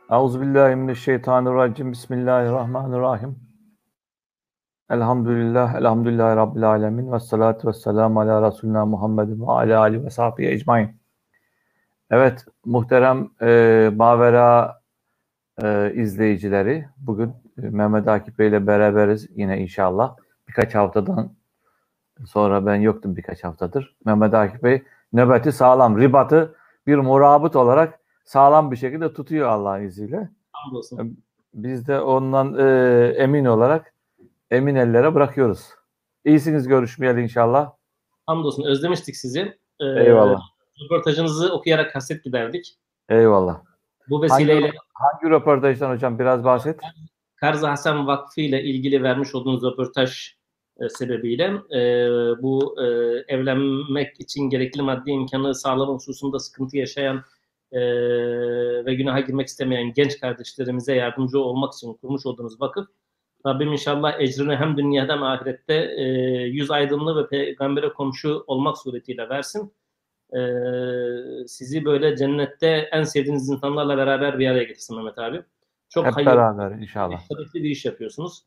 Euzubillahimineşşeytanirracim. Bismillahirrahmanirrahim. Elhamdülillahi Rabbil alemin. Vessalatu vesselamu ala Resulina Muhammedin ve ala alihi ve sahbihi ecmain. Evet, muhterem Mavera izleyicileri, bugün Mehmet Akif Bey ile beraberiz yine inşallah. Birkaç haftadan sonra ben yoktum birkaç haftadır. Mehmet Akif Bey nöbeti sağlam, ribatı bir murabıt olarak sağlam bir şekilde tutuyor Allah'ın izniyle. Hamdolsun. Biz de ondan emin olarak emin ellere bırakıyoruz. İyisiniz görüşmeyeli inşallah. Hamdolsun. Özlemiştik sizi. Eyvallah. Röportajınızı okuyarak hasret giderdik. Eyvallah. Bu vesileyle Hangi röportajdan hocam biraz bahset. Karz Hasan Vakfı ile ilgili vermiş olduğunuz röportaj sebebiyle bu evlenmek için gerekli maddi imkanı sağlama hususunda sıkıntı yaşayan ve günaha girmek istemeyen genç kardeşlerimize yardımcı olmak için kurmuş olduğunuz vakıf, Rabbim inşallah ecrini hem dünyada hem ahirette yüz aydınlığı ve peygambere komşu olmak suretiyle versin. Sizi böyle cennette en sevdiğiniz insanlarla beraber bir araya getirsin Mehmet abi. Çok Hep hayırlı, beraber inşallah. şerefli bir iş yapıyorsunuz.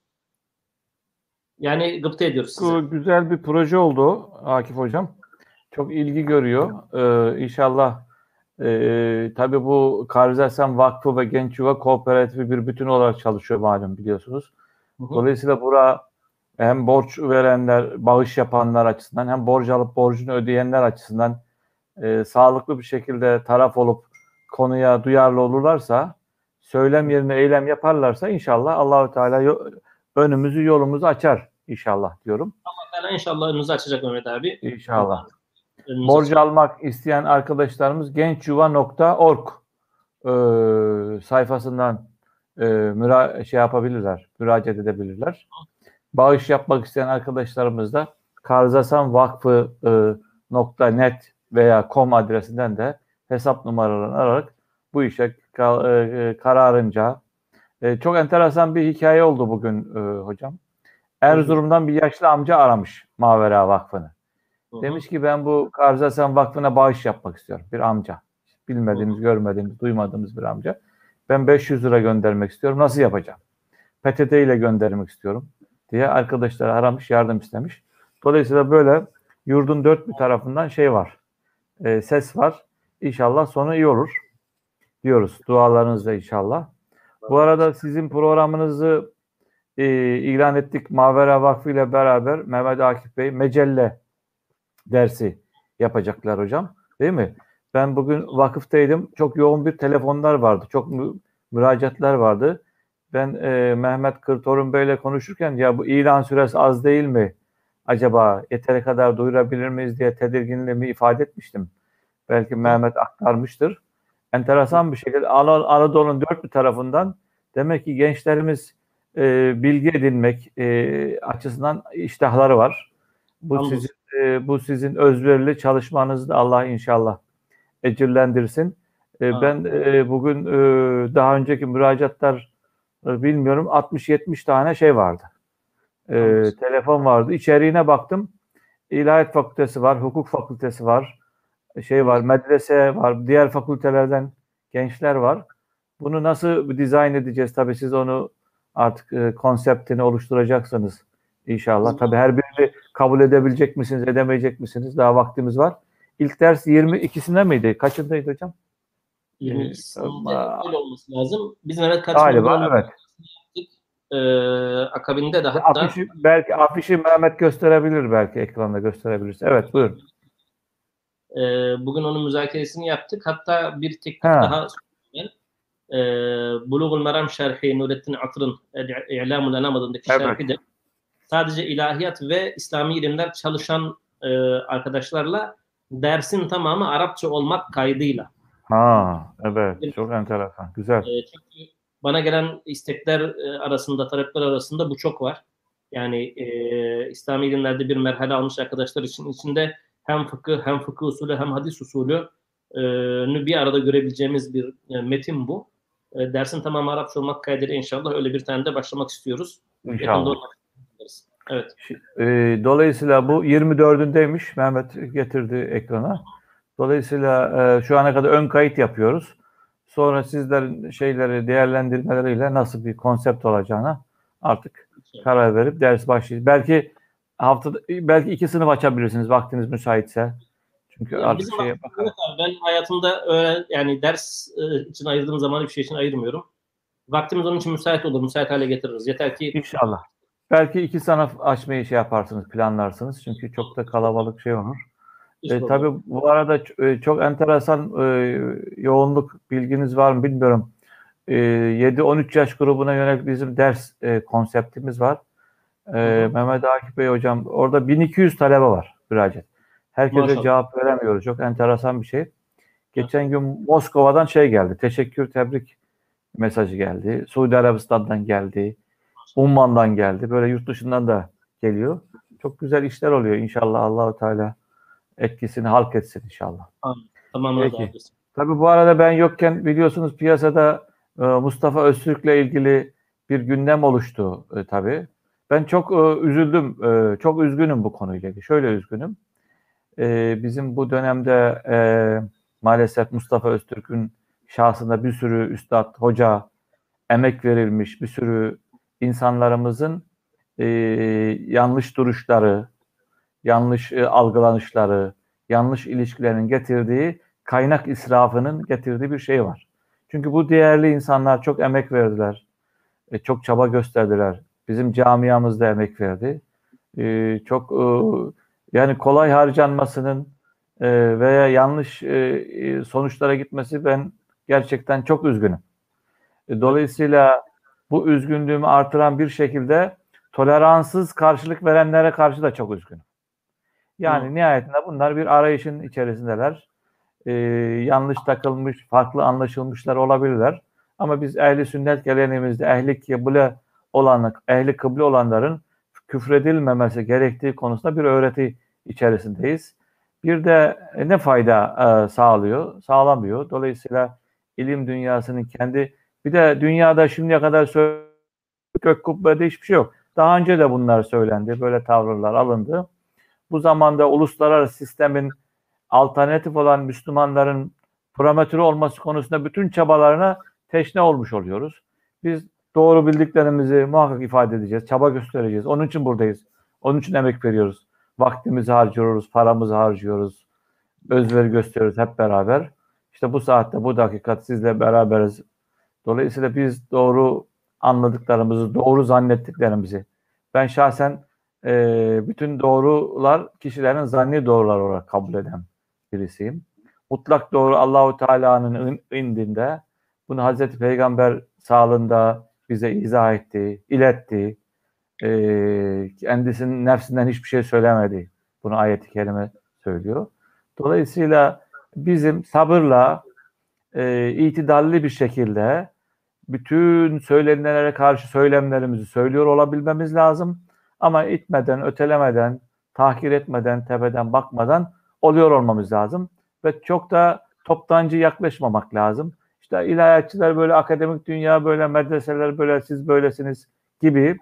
Yani gıpta ediyoruz size. Güzel bir proje oldu Akif hocam. Çok ilgi görüyor. İnşallah tabii bu Karz Hasan Vakfı ve Genç Yuva Kooperatifi bir bütün olarak çalışıyor malum biliyorsunuz. Dolayısıyla bura hem borç verenler, bağış yapanlar açısından hem borç alıp borcunu ödeyenler açısından sağlıklı bir şekilde taraf olup konuya duyarlı olurlarsa, söylem yerine eylem yaparlarsa inşallah Allahu Teala önümüzü yolumuzu açar inşallah diyorum. Allah Teala inşallah önünüzü açacak Mehmet abi. İnşallah. Borç almak isteyen arkadaşlarımız gençyuva.org sayfasından yapabilirler, müracaat edebilirler. Bağış yapmak isteyen arkadaşlarımız da Karz Hasan Vakfı .net veya .com adresinden de hesap numaralarını ararak bu işe kararınca çok enteresan bir hikaye oldu bugün hocam. Erzurum'dan bir yaşlı amca aramış Mavera Vakfı'nı. Demiş ki ben bu Karz Hasan Vakfı'na bağış yapmak istiyorum. Bir amca. Bilmediğimiz, görmediğimiz, duymadığımız bir amca. Ben 500 lira göndermek istiyorum. Nasıl yapacağım? PTT ile göndermek istiyorum diye arkadaşlar aramış, yardım istemiş. Dolayısıyla böyle yurdun dört bir tarafından şey var. Ses var. İnşallah sonu iyi olur diyoruz. Dualarınızla inşallah. Bu arada sizin programınızı ilan ettik. Mavera Vakfı ile beraber Mehmet Akif Bey mecelle dersi yapacaklar hocam. Değil mi? Ben bugün vakıftaydım. Çok yoğun bir telefonlar vardı. Çok müracaatlar vardı. Ben Mehmet Kırtorun Bey'le konuşurken ya bu ilan süresi az değil mi? Acaba yeteri kadar duyurabilir miyiz diye tedirginliğimi ifade etmiştim. Belki Mehmet aktarmıştır. Enteresan bir şekilde Anadolu'nun dört bir tarafından demek ki gençlerimiz bilgi edinmek açısından iştahları var. Bu sizin özverili çalışmanızı da Allah inşallah ecirlendirsin. Ben bugün daha önceki müracaatlar bilmiyorum 60-70 tane şey vardı. Telefon vardı. İçeriğine baktım. İlahiyat Fakültesi var, Hukuk Fakültesi var, var, medrese var, diğer fakültelerden gençler var. Bunu nasıl dizayn edeceğiz? Tabii siz onu artık konseptini oluşturacaksınız inşallah. Tabii her birini kabul edebilecek misiniz, edemeyecek misiniz? Daha vaktimiz var. İlk ders 22'sinde miydi? Kaçındaydı hocam? 22'sinde öyle olması lazım. Biz Mehmet galiba evet. Akabinde de hatta belki afişi Mehmet gösterebilir, belki ekranda gösterebilirse. Evet, buyurun. Bugün onun müzakeresini yaptık. Hatta bir teklif daha Bulugul Meram Şerhi Nurettin Atır'ın İ'lamul Enam adındaki şerhi de sadece ilahiyat ve İslami ilimler çalışan arkadaşlarla dersin tamamı Arapça olmak kaydıyla. Evet. Çok enteresan. Güzel. Çünkü bana gelen istekler arasında, talepler arasında bu çok var. Yani İslami ilimlerde bir merhale almış arkadaşlar için içinde hem fıkıh usulü hem hadis usulü bir arada görebileceğimiz bir metin bu. Dersin tamamı Arapça olmak kaydıyla inşallah öyle bir tane de başlamak istiyoruz. İnşallah. Evet. Dolayısıyla bu 24'ündeymiş. Mehmet getirdi ekrana. Dolayısıyla şu ana kadar ön kayıt yapıyoruz. Sonra sizlerin şeyleri değerlendirmeleriyle nasıl bir konsept olacağına artık karar verip ders başlayacağız. Belki 2 sınıf açabilirsiniz vaktiniz müsaitse. Çünkü Yani artık bizim şeye vaktimiz yok bakalım. abi. Ben hayatımda yani ders için ayırdığım zamanı bir şey için ayırmıyorum. Vaktimiz onun için müsait olur. Müsait hale getiririz. Yeter ki İnşallah. Belki 2 sınıf açmayı şey yaparsınız, planlarsınız. Çünkü çok da kalabalık şey olur. hiç problem. Tabii bu arada çok enteresan yoğunluk bilginiz var mı bilmiyorum. 7-13 yaş grubuna yönelik bizim ders konseptimiz var. Hı hı. Mehmet Akif Bey hocam orada 1200 talebe var müracaat. Herkese Maşallah. cevap veremiyoruz. Çok enteresan bir şey. Geçen gün Moskova'dan şey geldi. Teşekkür, tebrik mesajı geldi. Suudi Arabistan'dan geldi. Umman'dan geldi. Böyle yurt dışından da geliyor. Çok güzel işler oluyor. İnşallah Allahu Teala etkisini halk etsin inşallah. Tamam. Tamamına da Peki. adresim. Tabii bu arada ben yokken biliyorsunuz piyasada Mustafa Öztürk'le ilgili bir gündem oluştu tabii. Ben çok üzüldüm. Çok üzgünüm bu konuyla ilgili. Şöyle üzgünüm. Bizim bu dönemde maalesef Mustafa Öztürk'ün şahsında bir sürü üstad, hoca, emek verilmiş bir sürü insanlarımızın e, yanlış duruşları, yanlış algılanışları, yanlış ilişkilerin getirdiği kaynak israfının getirdiği bir şey var. Çünkü bu değerli insanlar çok emek verdiler, çok çaba gösterdiler. Bizim camiamız da emek verdi. Çok yani kolay harcanmasının veya yanlış sonuçlara gitmesi ben gerçekten çok üzgünüm. Evet. Dolayısıyla bu üzgünlüğümü artıran bir şekilde toleranssız karşılık verenlere karşı da çok üzgünüm. Hı. Yani nihayetinde bunlar bir arayışın içerisindeler. Yanlış takılmış, farklı anlaşılmışlar olabilirler. Ama biz ehli sünnet geleneğimizde ehli kıble olanların küfredilmemesi gerektiği konusunda bir öğreti içerisindeyiz. Bir de ne fayda sağlamıyor. Dolayısıyla ilim dünyasının bir de dünyada şimdiye kadar gök kubbede hiçbir şey yok. Daha önce de bunlar söylendi, böyle tavırlar alındı. Bu zamanda uluslararası sistemin alternatif olan Müslümanların promotörü olması konusunda bütün çabalarına teşne olmuş oluyoruz. Biz doğru bildiklerimizi muhakkak ifade edeceğiz, çaba göstereceğiz. Onun için buradayız. Onun için emek veriyoruz. Vaktimizi harcıyoruz, paramızı harcıyoruz, özveri gösteriyoruz hep beraber. İşte bu saatte, bu dakikat sizle beraberiz. Dolayısıyla biz doğru anladıklarımızı, doğru zannettiklerimizi, ben şahsen bütün doğrular kişilerin zanni doğrular olarak kabul eden birisiyim. Mutlak doğru Allahu Teala'nın indinde. Bunu Hazreti Peygamber sağlığında bize izah etti, iletti. Kendisinin nefsinden hiçbir şey söylemedi. Bunu ayet-i kerime söylüyor. Dolayısıyla bizim sabırla, itidalli bir şekilde bütün söylenenlere karşı söylemlerimizi söylüyor olabilmemiz lazım. Ama itmeden, ötelemeden, tahkir etmeden, tepeden bakmadan oluyor olmamız lazım. Ve çok da toptancı yaklaşmamak lazım. İşte ilahiyatçılar böyle, akademik dünya böyle, medreseler böyle, siz böylesiniz gibi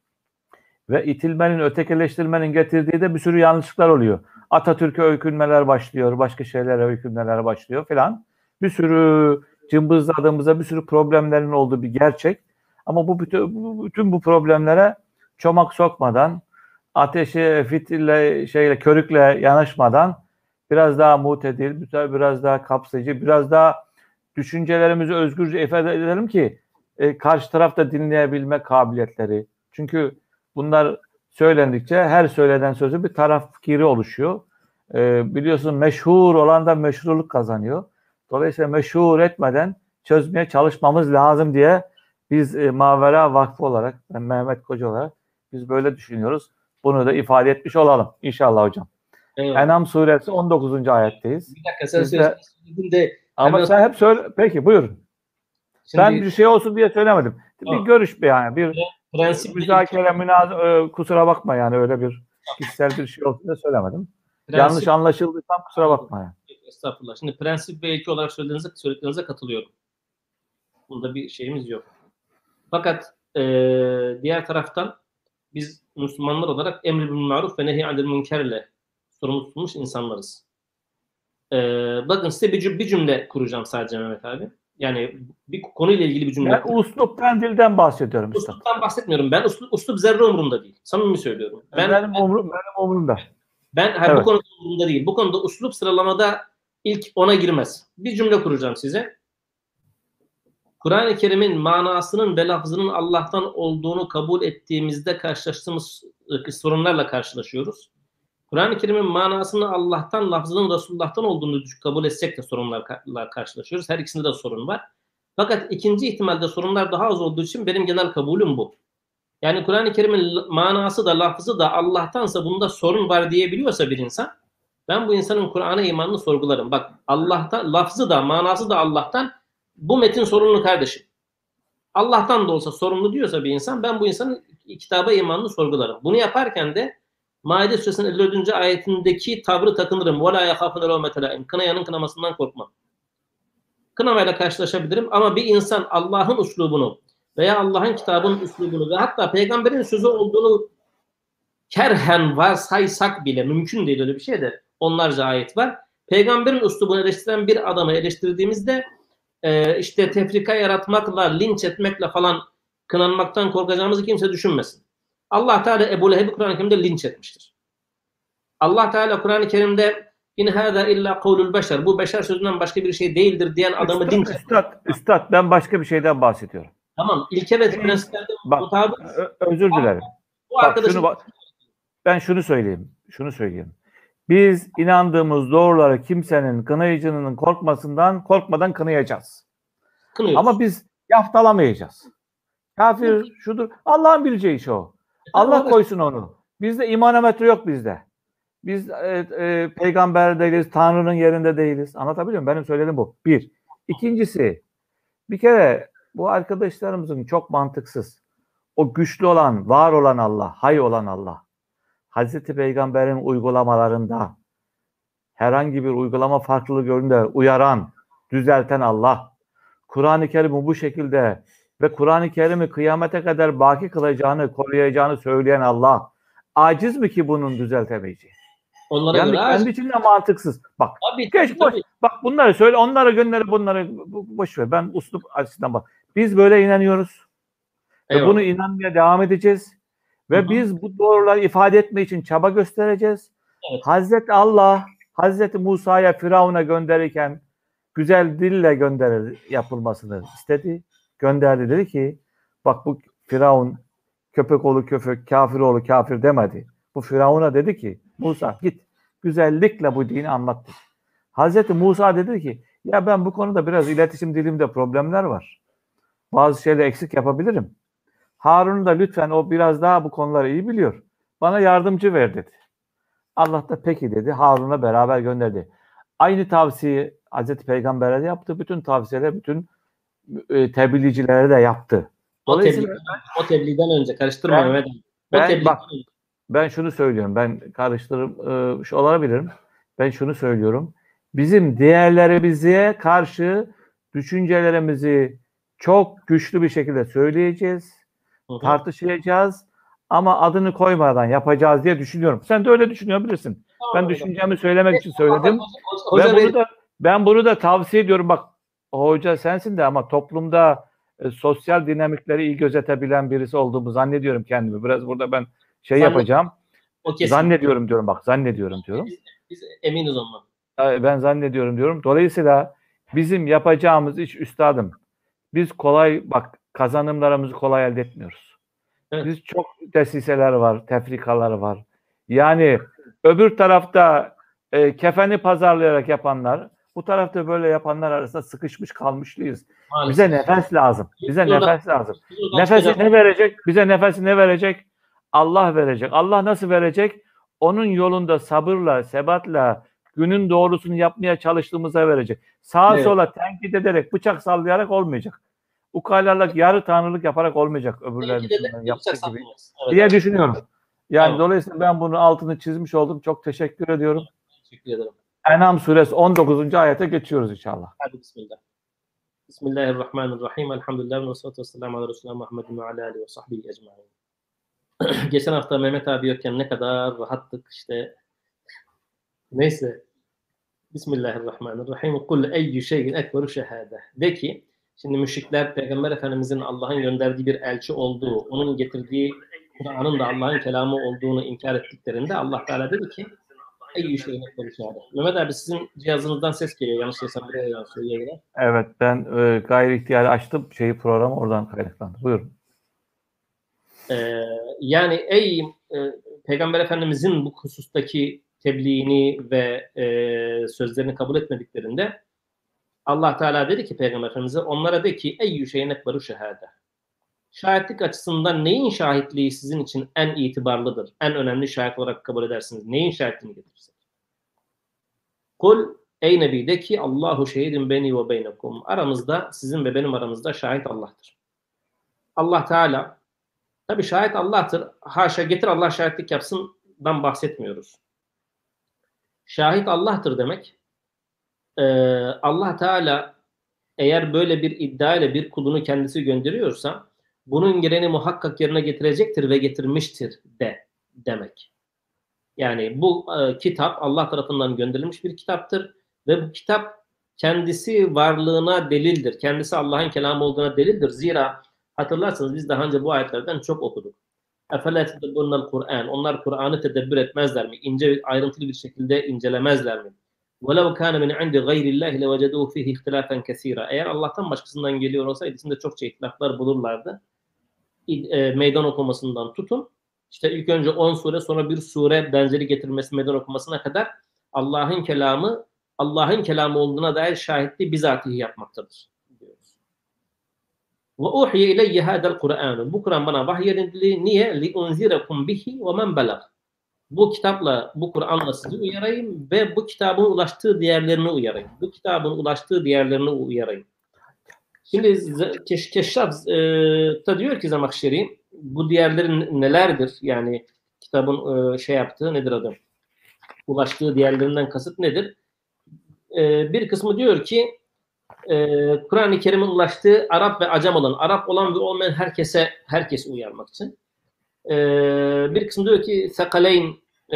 ve itilmenin, ötekileştirmenin getirdiği de bir sürü yanlışlıklar oluyor. Atatürk'e öykünmeler başlıyor, başka şeylere öykünmeler başlıyor filan. Bir sürü cımbızladığımızda bir sürü problemlerin olduğu bir gerçek. Ama bütün bu problemlere çomak sokmadan, ateşe, fitille, körükle yanaşmadan biraz daha mutedil, biraz daha kapsayıcı, biraz daha düşüncelerimizi özgürce ifade edelim ki karşı tarafta dinleyebilme kabiliyetleri. Çünkü bunlar söylendikçe her söylenen sözü bir tarafkiri oluşuyor. Biliyorsun meşhur olan da meşruluk kazanıyor. Dolayısıyla meşhur etmeden çözmeye çalışmamız lazım diye biz Mavera Vakfı olarak, ben Mehmet Koca olarak biz böyle düşünüyoruz. Bunu da ifade etmiş olalım inşallah hocam. Eyvallah. En'am suresi 19. ayetteyiz. Bir dakika sen Biz de söyledin de ama hemen sen hep söyle. Peki buyurun. Ben şimdi bir şey olsun diye söylemedim. Bir tamam. görüş yani bir Prensip ve ilke, müzakere, kusura bakma yani öyle bir kişisel bir şey olsun diye söylemedim. Yanlış prensip anlaşıldıysam kusura bakma yani. estağfurullah. Şimdi prensip ve ilke olarak söylediklerinize katılıyorum. Bunda bir şeyimiz yok. Fakat diğer taraftan biz Müslümanlar olarak emr bil maruf ve nehy anil münkerle sorumlu tutulmuş insanlarız. Bakın size bir cümle kuracağım sadece Mehmet abi. Yani bir konuyla ilgili bir cümle. Ben usluptan, dilden bahsediyorum üstad. Usluptan bahsetmiyorum. Ben uslup zerre umurumda değil. Samimi söylüyorum. Benim umurumda. Bu Evet. konuda umurumda değil. Bu konuda uslup sıralamada ilk 10'a girmez. Bir cümle kuracağım size. Kur'an-ı Kerim'in manasının ve lafzının Allah'tan olduğunu kabul ettiğimizde karşılaştığımız sorunlarla karşılaşıyoruz. Kur'an-ı Kerim'in manasını Allah'tan, lafzının Resulullah'tan olduğunu kabul etsek de sorunlarla karşılaşıyoruz. Her ikisinde de sorun var. Fakat ikinci ihtimalde sorunlar daha az olduğu için benim genel kabulüm bu. Yani Kur'an-ı Kerim'in manası da lafzı da Allah'tansa bunda sorun var diyebiliyorsa bir insan, ben bu insanın Kur'an'a imanını sorgularım. Bak, Allah'tan, lafzı da manası da Allah'tan, bu metin sorunlu kardeşim. Allah'tan da olsa sorumlu diyorsa bir insan, ben bu insanın kitaba imanını sorgularım. Bunu yaparken de Maide Suresinin 54. ayetindeki tavrı takınırım. وَلَا يَخَافُنَ لَوْمَةَ لَائِمٍ. Kınayanın kınamasından korkmam. Kınamayla karşılaşabilirim ama bir insan Allah'ın üslubunu veya Allah'ın kitabının üslubunu ve hatta peygamberin sözü olduğunu kerhen varsaysak bile, mümkün değil öyle bir şey de, onlarca ayet var. Peygamberin üslubunu eleştiren bir adamı eleştirdiğimizde işte tefrika yaratmakla, linç etmekle falan kınanmaktan korkacağımızı kimse düşünmesin. Allah Teala Ebu Leheb'i Kur'an-ı Kerim'de linç etmiştir. Allah Teala Kur'an-ı Kerim'de in hâzâ illâ kavlul beşer, bu beşer sözünden başka bir şey değildir diyen adamı linç etmiştir. Üstad, ben başka bir şeyden bahsediyorum. Tamam, ilke ve prensiplerde mutabık. Özür dilerim. Bu arkadaşın... Ben şunu söyleyeyim. Biz inandığımız doğruları kimsenin, kınayıcının korkmadan kınayacağız. Kınıyoruz. Ama biz yaftalamayacağız. Kafir şudur. Allah'ın bileceği iş o. Allah koysun onu. Bizde imanometre yok bizde. Biz peygamber değiliz, Tanrı'nın yerinde değiliz. Anlatabiliyor muyum? Benim söylediğim bu. Bir. İkincisi, bir kere bu arkadaşlarımızın çok mantıksız. O güçlü olan, var olan Allah, hay olan Allah. Hazreti Peygamber'in uygulamalarında herhangi bir uygulama farklılığı göründe uyaran, düzelten Allah. Kur'an-ı Kerim'i bu şekilde ve Kur'an-ı Kerim'i kıyamete kadar baki kılacağını, koruyacağını söyleyen Allah. Aciz mi ki bunun düzeltemeyeceği? Onlara yani göre kendi içinde mantıksız. Bak, bak bunları söyle, onlara gönder, bunları boş ver. Ben uslup açısından bak. Biz böyle inanıyoruz. Ve bunu inanmaya devam edeceğiz. Ve biz bu doğruları ifade etme için çaba göstereceğiz. Evet. Hazreti Allah, Hazreti Musa'ya Firavun'a gönderirken güzel dille yapılmasını istedi. Gönderdi, dedi ki bak, bu Firavun köpek oğlu köpek, kafir oğlu kafir demedi. Bu Firavun'a dedi ki Musa git güzellikle bu dini anlat dedi. Hazreti Musa dedi ki ya ben bu konuda biraz iletişim dilimde problemler var. Bazı şeyleri eksik yapabilirim. Harun da lütfen, o biraz daha bu konuları iyi biliyor. Bana yardımcı ver dedi. Allah da peki dedi. Harun'la beraber gönderdi. Aynı tavsiyeyi Hazreti Peygamber'e de yaptı. Bütün tavsiyeler, bütün tebliğcilere de yaptı. Dolayısıyla o tebliğden önce karıştırma Mehmet. Ben şunu söylüyorum. Ben karıştırmış olabilirim. Ben şunu söylüyorum. Bizim değerlerimize karşı düşüncelerimizi çok güçlü bir şekilde söyleyeceğiz. Tartışacağız ama adını koymadan yapacağız diye düşünüyorum. Sen de öyle düşünebilirsin. Ben düşüncemi söylemek için söyledim. Ben bunu da tavsiye ediyorum. Bak, hoca sensin de ama toplumda sosyal dinamikleri iyi gözetebilen birisi olduğumu zannediyorum kendimi. Biraz burada ben yapacağım. Zannediyorum diyorum, bak, zannediyorum diyorum. Biz eminiz ondan. Ben zannediyorum diyorum. Dolayısıyla bizim yapacağımız iş üstadım. Biz kazanımlarımızı kolay elde etmiyoruz. Evet. Biz çok desiseler var, tefrikalar var. Yani öbür tarafta kefeni pazarlayarak yapanlar, bu tarafta böyle yapanlar arasında sıkışmış kalmışlıyız. Maalesef. Bize nefes lazım. Nefes lazım. Nefesi ne verecek? Bize nefesi ne verecek? Allah verecek. Allah nasıl verecek? Onun yolunda sabırla, sebatla, günün doğrusunu yapmaya çalıştığımızda verecek. Sağa sola tenkit ederek, bıçak sallayarak olmayacak. Ukalalık, yarı tanrılık yaparak olmayacak öbürlerinin yaptığı gibi diye düşünüyorum. Yani dolayısıyla ben bunun altını çizmiş oldum. Çok teşekkür ediyorum. Teşekkür ederim. En'am suresi 19. ayete geçiyoruz inşallah. Hadi bismillah. Bismillahirrahmanirrahim. Elhamdülillah ve salatu vesselamu ala Resulullah Muhammedin ve ala alihi ve sahbihi ecmaîn. Geçen hafta Mehmet abi yokken ne kadar rahattık işte. Neyse. Bismillahirrahmanirrahim. Kul eyyü şeyin ekberu şehade. De ki Şimdi müşrikler Peygamber Efendimizin Allah'ın gönderdiği bir elçi olduğu, onun getirdiği Kur'an'ın da Allah'ın kelamı olduğunu inkar ettiklerinde Allah Teala dedi ki ey şeyine konuşuyor. Mehmet abi sizin cihazınızdan ses geliyor. Yanlış değilsem buraya yansıyor yayına. Evet, ben gayri ihtiyari açtım programı, oradan kaynaklandı. Buyurun. Yani Peygamber Efendimizin bu husustaki tebliğini ve sözlerini kabul etmediklerinde Allah Teala dedi ki Peygamber Efendimiz'e onlara de ki ey şeyin ekberu şehade. Şahitlik açısından neyin şahitliği sizin için en itibarlıdır? En önemli şahit olarak kabul edersiniz. Neyin şahitliğini getirirsiniz? Kul ey Nebi de ki Allahu şehidin beni ve beynekum. Aramızda, sizin ve benim aramızda şahit Allah'tır. Allah Teala, tabi şahit Allah'tır. Haşa getir Allah şahitlik yapsından bahsetmiyoruz. Şahit Allah'tır demek, Allah Teala eğer böyle bir iddia ile bir kulunu kendisi gönderiyorsa bunun gereğini muhakkak yerine getirecektir ve getirmiştir demek. Yani bu kitap Allah tarafından gönderilmiş bir kitaptır ve bu kitap kendisi varlığına delildir. Kendisi Allah'ın kelamı olduğuna delildir. Zira hatırlarsanız biz daha önce bu ayetlerden çok okuduk. اَفَلَا تَدَبُّرْنَ الْقُرْآنِ Onlar Kur'an'ı tedebbür etmezler mi? İnce, ayrıntılı bir şekilde incelemezler mi? وَلَوْ كَانَ مِنْ عِنْدِ غَيْرِ اللّٰهِ لَوَجَدُوا فِيهِ اِخْتِلَافًا كَثِيرًا Eğer Allah'tan başkasından geliyor olsaydı içinde çokça ihtilaflar bulurlardı. Meydan okumasından tutun. İşte ilk önce 10 sure, sonra bir sure benzeri getirmesi meydan okumasına kadar Allah'ın kelamı olduğuna dair şahitliği bizatihi yapmaktadır diyoruz. Ve uhiye ileyye hadal Kur'an. Bu Kur'an bana vahyedildi. Niye? Li unzirekum bihi ve men belag. Bu kitapla, bu Kur'an'la sizi uyarayım ve bu kitabın ulaştığı diğerlerini uyarayım. Bu kitabın ulaştığı diğerlerini uyarayım. Şimdi Keşşaf da diyor ki Zemakşeri, bu diğerlerin nelerdir? Yani kitabın yaptığı nedir adı? Ulaştığı diğerlerinden kasıt nedir? Bir kısmı diyor ki Kur'an-ı Kerim'in ulaştığı Arap ve Acem olan, Arap olan ve olmayan herkes uyarmak için. Bir kısmı diyor ki Sekaleyn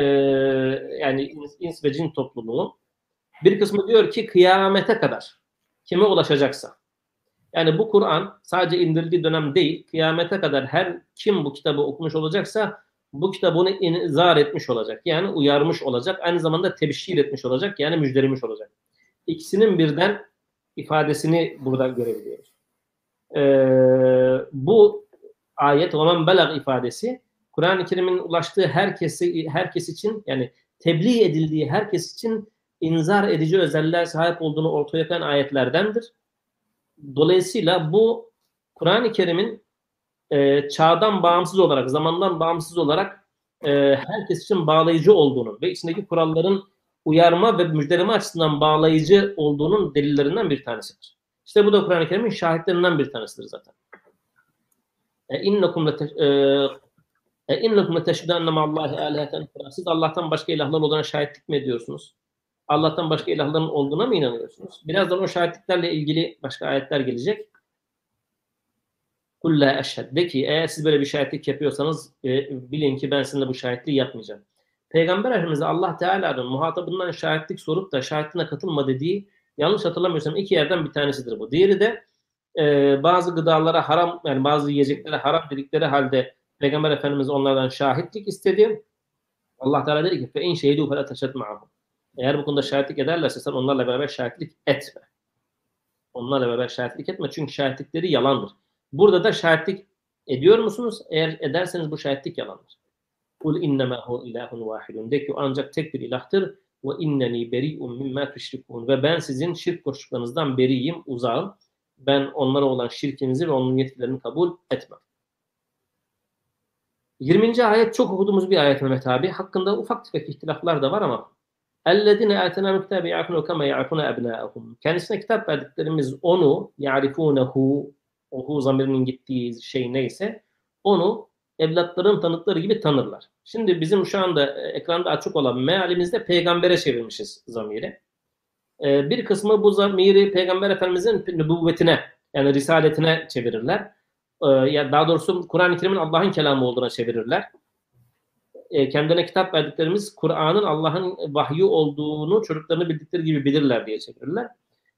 yani ins ve cin topluluğu. Bir kısmı diyor ki kıyamete kadar kime ulaşacaksa. Yani bu Kur'an sadece indirildiği dönem değil, kıyamete kadar her kim bu kitabı okumuş olacaksa bu kitabı onu inzar etmiş olacak. Yani uyarmış olacak. Aynı zamanda tebşir etmiş olacak. Yani müjdelemiş olacak. İkisinin birden ifadesini burada görebiliyoruz. Bu ayet olan belag ifadesi Kur'an-ı Kerim'in ulaştığı herkes için yani tebliğ edildiği herkes için inzar edici özelliğe sahip olduğunu ortaya koyan ayetlerdendir. Dolayısıyla bu Kur'an-ı Kerim'in çağdan bağımsız olarak, zamandan bağımsız olarak herkes için bağlayıcı olduğunu ve içindeki kuralların uyarma ve müjdeleme açısından bağlayıcı olduğunun delillerinden bir tanesidir. İşte bu da Kur'an-ı Kerim'in şahitlerinden bir tanesidir zaten. İnnekum leteşhedûne enne ma'allâhi âliheten ukhra. Siz Allah'tan başka ilahlar olduğuna şahitlik mi ediyorsunuz? Allah'tan başka ilahların olduğuna mı inanıyorsunuz? Birazdan o şahitliklerle ilgili başka ayetler gelecek. Kul la eşhed. De ki eğer siz böyle bir şahitlik yapıyorsanız bilin ki ben sizinle bu şahitliği yapmayacağım. Peygamber Efendimiz'e Allah Teala'nın muhatabından şahitlik sorup da şahitliğine katılma dediği yanlış hatırlamıyorsam iki yerden bir tanesidir bu. Diğeri de bazı gıdalara haram yani bazı yiyeceklere haram dedikleri halde Peygamber Efendimiz onlardan şahitlik istedi. Allah Teala dedi ki fe in şehidû fe la teşhed ma'ahum. Eğer bu konuda şahitlik ederlerse sen onlarla beraber şahitlik etme. Onlarla beraber şahitlik etme çünkü şahitlikleri yalandır. Burada da şahitlik ediyor musunuz? Eğer ederseniz bu şahitlik yalandır. Kul innema hu ilahun vahidun. De ki ancak tek bir ilahtır. Ve inneni beri'un mimma tüşrikun. Ve ben sizin şirk koştuklarınızdan beriyim, uzağım. Ben onlara olan şirkinizi ve onun yetkilerini kabul etmem. 20. ayet çok okuduğumuz bir ayet Mehmet abi. Hakkında ufak tefek ihtilaflar da var ama اَلَّذِينَ آتَنَا مِكْتَابِ يَعْرِفُونَ كَمَا يَعْرِفُونَ أَبْنَاءَهُمْ Kendisine kitap verdiklerimiz onu يَعْرِفُونَهُ o zamirinin gittiği şey neyse onu evlatların tanıkları gibi tanırlar. Şimdi bizim şu anda ekranda açık olan mealimizde peygambere çevirmişiz zamiri. Bir kısmı bu zamiri Peygamber Efendimizin nübüvvetine yani risaletine çevirirler. Ya daha doğrusu Kur'an-ı Kerim'in Allah'ın kelamı olduğuna çevirirler. Kendine kitap verdiklerimiz Kur'an'ın Allah'ın vahyi olduğunu çocuklarını bildikleri gibi bilirler diye çevirirler.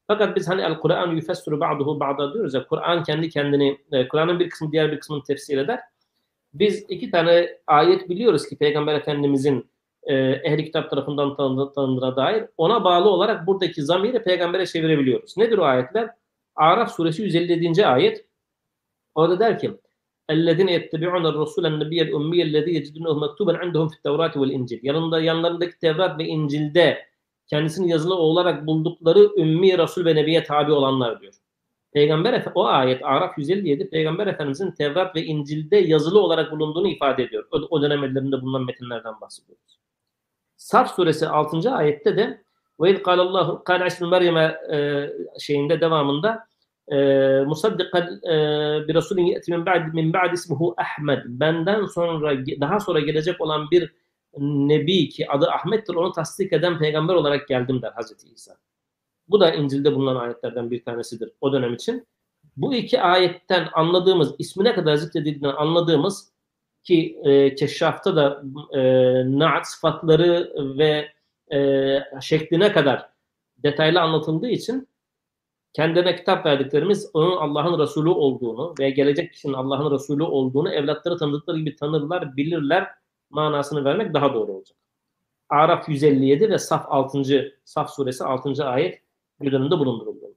Fakat biz hani el-Kur'an yufessiru ba'duhu ba'da diyoruz ya, Kur'an kendi kendini, Kur'an'ın bir kısmı diğer bir kısmını tefsir eder. Biz iki tane ayet biliyoruz ki Peygamber Efendimizin ehli kitap tarafından tanındığına dair. Ona bağlı olarak buradaki zamiri peygambere çevirebiliyoruz. Nedir o ayetler? Araf suresi 157. ayet. Orada der ki اَلَّذِينَ يَتَّبِعُونَ الرَّسُولَ النَّبِيَّ الْاُمِّيَ الَّذ۪ي يَجِدُونَهُ مَكْتُوبًا عِنْدَهُمْ فِي التَّوْرَاتِ وَالْاِنْجِيلِ Yanlarındaki Tevrat ve İncil'de kendisini yazılı olarak buldukları ümmi Resul ve Nebi'ye tabi olanlar diyor. O ayet Araf 157 Peygamber Efendimizin Tevrat ve İncil'de yazılı olarak bulunduğunu ifade ediyor. O dönem ellerinde bulunan metinlerden bahsediyoruz. Saf suresi 6. ayette de وَاِذْ قَالَ اللّٰهُ قَالَ عِسْمِ Meryem'e şeyinde devamında musaddiqan bir Resulün ye'ti min ba'd ismuhu Ahmed. Benden sonra daha sonra gelecek olan bir nebi ki adı Ahmet'tir, onu tasdik eden peygamber olarak geldim der Hazreti İsa. Bu da İncil'de bulunan ayetlerden bir tanesidir o dönem için. Bu iki ayetten anladığımız, ismine kadar zikredildiğinden anladığımız ki Keşşaf'ta da naat sıfatları ve şekline kadar detaylı anlatıldığı için kendilerine kitap verdiklerimiz onun Allah'ın Resulü olduğunu ve gelecek kişinin Allah'ın Resulü olduğunu evlatları tanıdıkları gibi tanırlar, bilirler manasını vermek daha doğru olacak. Araf 157 ve Saf suresi 6. ayet göz önünde bulunduruldu.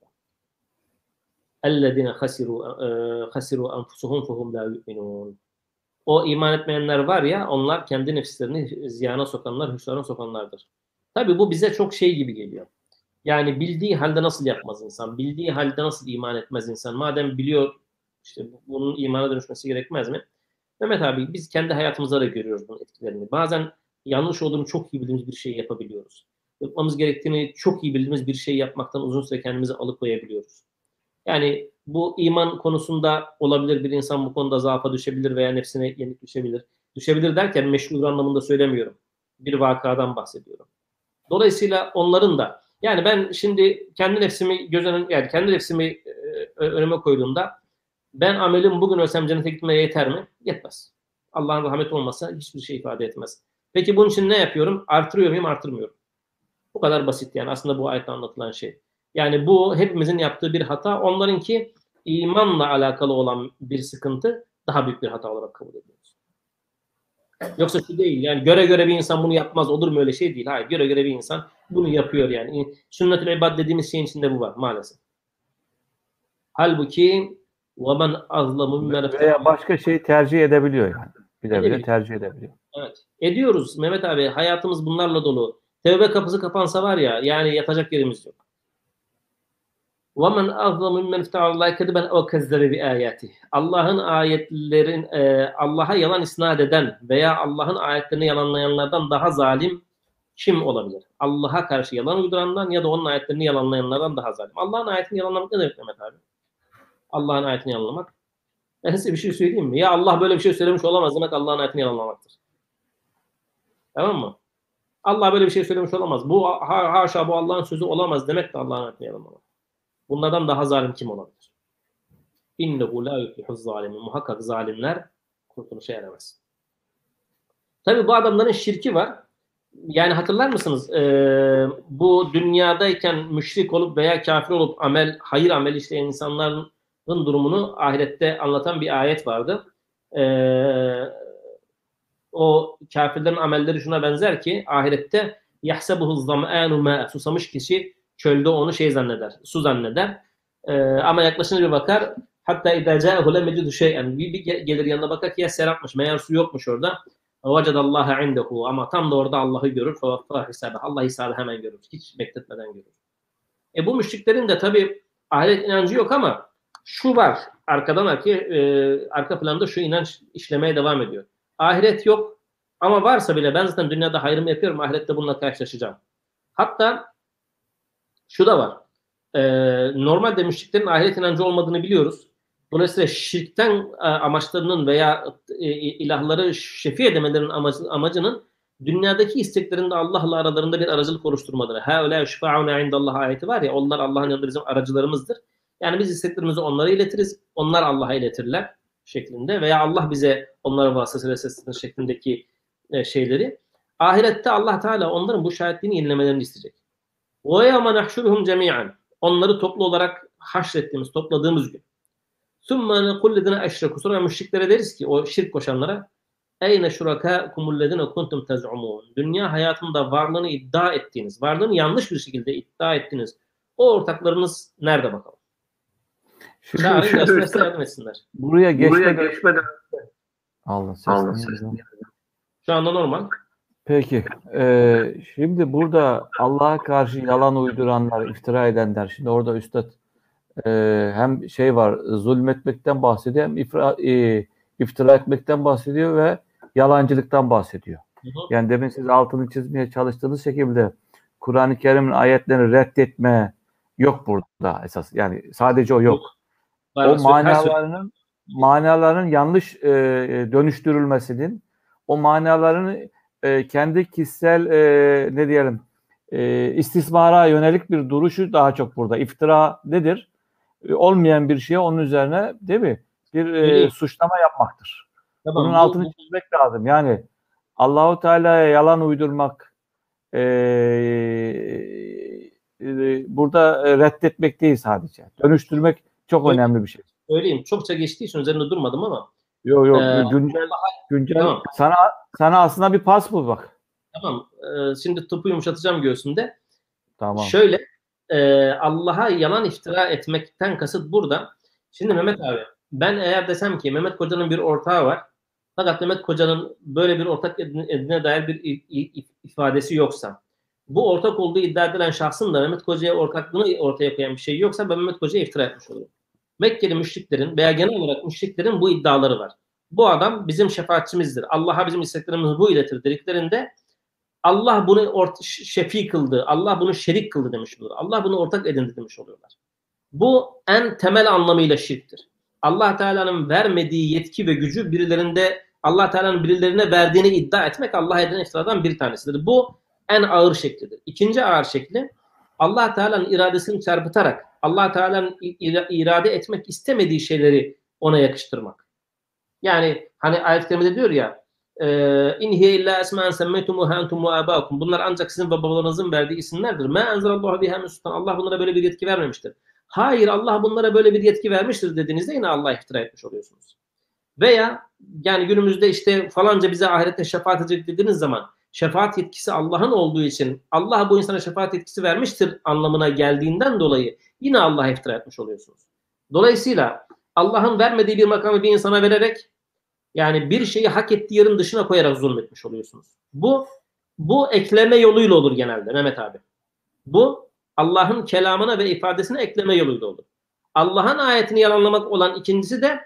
اَلَّذِينَ خَسِرُوا أَنْفُسُهُمْ فَهُمْ لَا يُؤْمِنُونَ O iman etmeyenler var ya, onlar kendi nefislerini ziyana sokanlar, hüsrana sokanlardır. Tabii bu bize çok şey gibi geliyor. Yani bildiği halde nasıl yapmaz insan? Bildiği halde nasıl iman etmez insan? Madem biliyor, işte bunun imana dönüşmesi gerekmez mi? Mehmet abi, biz kendi hayatımızda da görüyoruz bunun etkilerini. Bazen yanlış olduğunu çok iyi bildiğimiz bir şey yapabiliyoruz. Yapmamız gerektiğini çok iyi bildiğimiz bir şey yapmaktan uzun süre kendimizi alıkoyabiliyoruz. Yani bu iman konusunda olabilir, bir insan bu konuda zaafa düşebilir veya nefsine yenik düşebilir. Düşebilir derken meşhur anlamında söylemiyorum. Bir vakadan bahsediyorum. Dolayısıyla onların da, yani ben şimdi kendi nefsimi kendi nefsimi önüme koyduğumda ben amelim bugün ölsem cennete gitmeye yeter mi? Yetmez. Allah'ın rahmeti olmasa hiçbir şey ifade etmez. Peki bunun için ne yapıyorum? Artırıyor muyum? Artırmıyorum. Bu kadar basit yani aslında bu ayette anlatılan şey. Yani bu hepimizin yaptığı bir hata. Onlarınki imanla alakalı olan bir sıkıntı, daha büyük bir hata olarak kabul ediyoruz. Yoksa şu değil yani göre bir insan bunu yapmaz, olur mu, öyle şey değil. Hayır, göre bir insan bunu yapıyor yani. Sünnet-ül ibad dediğimiz şeyin içinde bu var maalesef. Halbuki وَمَنْ أَظْلَمُ veya başka şeyi tercih edebiliyor yani. Bile tercih edebiliyor. Evet. Ediyoruz Mehmet abi. Hayatımız bunlarla dolu. Tevbe kapısı kapansa var ya, yani yatacak yerimiz yok. وَمَنْ أَظْلَمُ مِمَّنْ اِفْتَعَ اللّٰهِ كَذِبًا اَوْ كَذَّبَ بِآيَاتِهِ Allah'ın ayetlerin, Allah'a yalan isnat eden veya Allah'ın ayetlerini yalanlayanlardan daha zalim kim olabilir? Allah'a karşı yalan uydurandan ya da onun ayetlerini yalanlayanlardan daha zalim. Allah'ın ayetini yalanlamak ne demek Mehmet abi? Allah'ın ayetini yalanlamak. Ben size bir şey söyleyeyim mi? Ya Allah böyle bir şey söylemiş olamaz demek Allah'ın ayetini yalanlamaktır. Tamam mı? Allah böyle bir şey söylemiş olamaz. Bu haşa bu Allah'ın sözü olamaz demek de Allah'ın ayetini yalanlamak. Bunlardan daha zalim kim olabilir? İnnehu la yuflihuz zalimin. Muhakkak zalimler kurtuluşa eremez. Tabii bu adamların şirki var. Yani hatırlar mısınız? Bu dünyadayken müşrik olup veya kafir olup hayır amel işleyen insanların durumunu ahirette anlatan bir ayet vardı. O kafirlerin amelleri şuna benzer ki ahirette yahsebuhuz zam'anu ma, susamış kişi çölde onu zanneder, su zanneder. Ama yaklaşınca bir bakar, hatta idâ câehu lem yecidu şey'en, bir gelir yanına bakar ki ya serapmış, meğer su yokmuş orada. Vecedallâhe indehu, ama tam da orada Allah'ı görür. Allah hesabı hemen görür. Hiç bekletmeden görür. Bu müşriklerin de tabii ahiret inancı yok ama şu var. Arka planda şu inanç işlemeye devam ediyor. Ahiret yok ama varsa bile ben zaten dünyada hayrımı yapıyorum. Ahirette bununla karşılaşacağım. Hatta şu da var. Normalde müşriklerin ahiret inancı olmadığını biliyoruz. Dolayısıyla şirkten amaçlarının veya ilahları şefi edemelerinin amacının dünyadaki isteklerinde Allah'la aralarında bir aracılık oluşturmaları. Haulâ şifâ'una indallah ayeti var ya, onlar Allah'ın yanında bizim aracılarımızdır. Yani biz isteklerimizi onlara iletiriz, onlar Allah'a iletirler şeklinde veya Allah bize onlara vasıtasıyla seslenir şeklindeki şeyleri. Ahirette Allah Teala onların bu şahitliğini yenilemelerini isteyecek. وَيَوْمَ نَحْشُرُهُمْ جَمِيعًا Onları toplu olarak haşrettiğimiz, topladığımız gün. ثُمَّ نَقُلْ لَذِنَا اَشْرَكُوا Sonra müşriklere deriz ki, o şirk koşanlara اَيْنَ شُرَكَاءُكُمُ الَّذِينَ كُنْتُمْ تَزْعُمُونَ Dünya hayatında varlığını iddia ettiğiniz, varlığını yanlış bir şekilde iddia ettiğiniz o ortaklarınız nerede bakalım? Çağırın gelsinler size yardım etsinler. Buraya geçmeden Allah sesini. Şu anda normal. Peki. Şimdi burada Allah'a karşı yalan uyduranlar, iftira edenler. Şimdi orada Üstad hem şey var, zulmetmekten bahsediyor, hem iftira etmekten bahsediyor ve yalancılıktan bahsediyor. Yani demin siz altını çizmeye çalıştığınız şekilde Kur'an-ı Kerim'in ayetlerini reddetme yok burada esas. Yani sadece o yok. O manaların yanlış dönüştürülmesinin, o manaların kendi kişisel ne diyelim istismara yönelik bir duruşu daha çok burada. İftira nedir? Olmayan bir şeye onun üzerine değil mi? Bir suçlama yapmaktır. Tamam, bunun altını çizmek lazım. Yani Allahu Teala'ya yalan uydurmak burada reddetmek değil sadece. Dönüştürmek çok önemli bir şey. Öyleyim. Çokça geçtiği için üzerinde durmadım ama. Yok. Güncel. Tamam. Sana aslında bir pas bul bak. Tamam. Şimdi topu yumuşatacağım göğsünde. Tamam. Şöyle Allah'a yalan iftira etmekten kasıt burada. Şimdi Mehmet abi, ben eğer desem ki Mehmet Koca'nın bir ortağı var, fakat Mehmet Koca'nın böyle bir ortak edine dair bir ifadesi yoksa, bu ortak olduğu iddia edilen şahsın da Mehmet Koca'ya ortaklığını ortaya koyan bir şey yoksa ben Mehmet Koca'ya iftira etmiş olurum. Mekkeli müşriklerin veya genel olarak müşriklerin bu iddiaları var. Bu adam bizim şefaatçimizdir. Allah'a bizim isteklerimizi bu iletir dediklerinde Allah bunu şefi kıldı, Allah bunu şerik kıldı demiş olur. Allah bunu ortak edindi demiş oluyorlar. Bu en temel anlamıyla şirktir. Allah Teala'nın vermediği yetki ve gücü Allah Teala'nın birilerine verdiğini iddia etmek Allah'a edilen iftiradan bir tanesidir. Bu en ağır şeklidir. İkinci ağır şekli Allah Teala'nın iradesini çarpıtarak Allah Teala'nın irade etmek istemediği şeyleri ona yakıştırmak. Yani hani ayet-i kerimede diyor ya İn hiye illa esma'en semmeytumuha entum ve abâkum. Bunlar ancak sizin ve babalarınızın verdiği isimlerdir. Ma enzelallahu biha min sultan. Allah bunlara böyle bir yetki vermemiştir. Hayır, Allah bunlara böyle bir yetki vermiştir dediğinizde yine Allah'a iftira etmiş oluyorsunuz. Veya yani günümüzde işte falanca bize ahirette şefaat edecek dediğiniz zaman şefaat yetkisi Allah'ın olduğu için Allah bu insana şefaat yetkisi vermiştir anlamına geldiğinden dolayı yine Allah'a iftira etmiş oluyorsunuz. Dolayısıyla Allah'ın vermediği bir makamı bir insana vererek yani bir şeyi hak ettiği yerin dışına koyarak zulmetmiş oluyorsunuz. Bu ekleme yoluyla olur genelde Mehmet abi. Bu Allah'ın kelamına ve ifadesine ekleme yoluyla olur. Allah'ın ayetini yalanlamak olan ikincisi de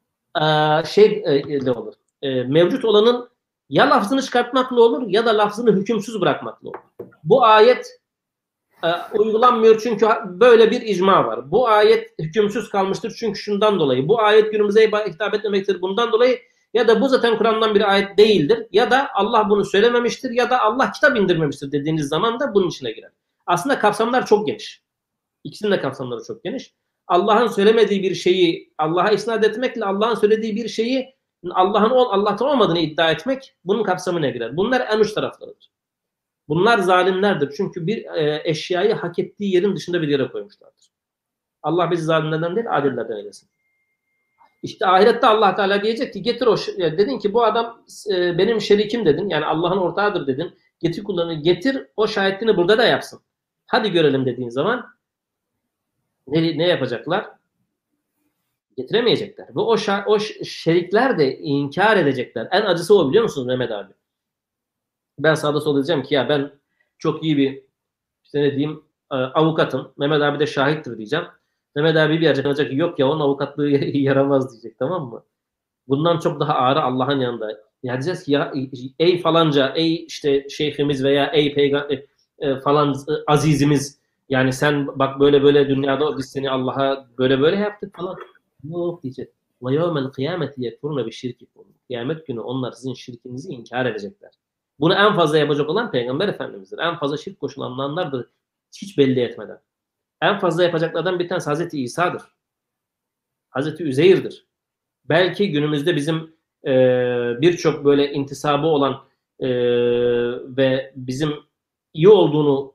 olur. Mevcut olanın ya lafzını çıkartmakla olur ya da lafzını hükümsüz bırakmakla olur. Bu ayet uygulanmıyor çünkü böyle bir icma var. Bu ayet hükümsüz kalmıştır çünkü şundan dolayı. Bu ayet günümüze hitap etmemektir bundan dolayı. Ya da bu zaten Kur'an'dan bir ayet değildir. Ya da Allah bunu söylememiştir ya da Allah kitap indirmemiştir dediğiniz zaman da bunun içine girer. Aslında kapsamlar çok geniş. İkisinin de kapsamları çok geniş. Allah'ın söylemediği bir şeyi Allah'a isnat etmekle Allah'ın söylediği bir şeyi Allah'tan olmadığını iddia etmek bunun kapsamına girer. Bunlar en uç taraflarıdır. Bunlar zalimlerdir. Çünkü bir eşyayı hak ettiği yerin dışında bir yere koymuşlardır. Allah bizi zalimlerden değil, adillerden eylesin. İşte ahirette Allah Teala diyecek ki getir dedin ki bu adam benim şerikim dedin. Yani Allah'ın ortağıdır dedin. Getir o şahitliğini burada da yapsın. Hadi görelim dediğin zaman ne yapacaklar? Getiremeyecekler. Ve o şerikler de inkar edecekler. En acısı o biliyor musunuz Mehmet abi? Ben sağda solda diyeceğim ki ya ben çok iyi bir işte ne diyeyim avukatım. Mehmet abi de şahittir diyeceğim. Mehmet abi bir acaba yok ya onun avukatlığı yaramaz diyecek, tamam mı? Bundan çok daha ağırı Allah'ın yanında. Ya diyeceğiz ki ya ey falanca, ey işte şeyhimiz veya ey peygamber falan azizimiz, yani sen bak böyle böyle dünyada biz seni Allah'a böyle böyle yaptık falan. Yok diyecek. Ve yevmel kıyameti yekfurne bi şirkikum. Kıyamet günü onlar sizin şirkinizi inkar edecekler. Bunu en fazla yapacak olan Peygamber Efendimiz'dir. En fazla şirk koşulanlardır hiç belli etmeden. En fazla yapacaklardan bir tanesi Hazreti İsa'dır. Hazreti Üzeyr'dir. Belki günümüzde bizim birçok böyle intisabı olan ve bizim iyi olduğunu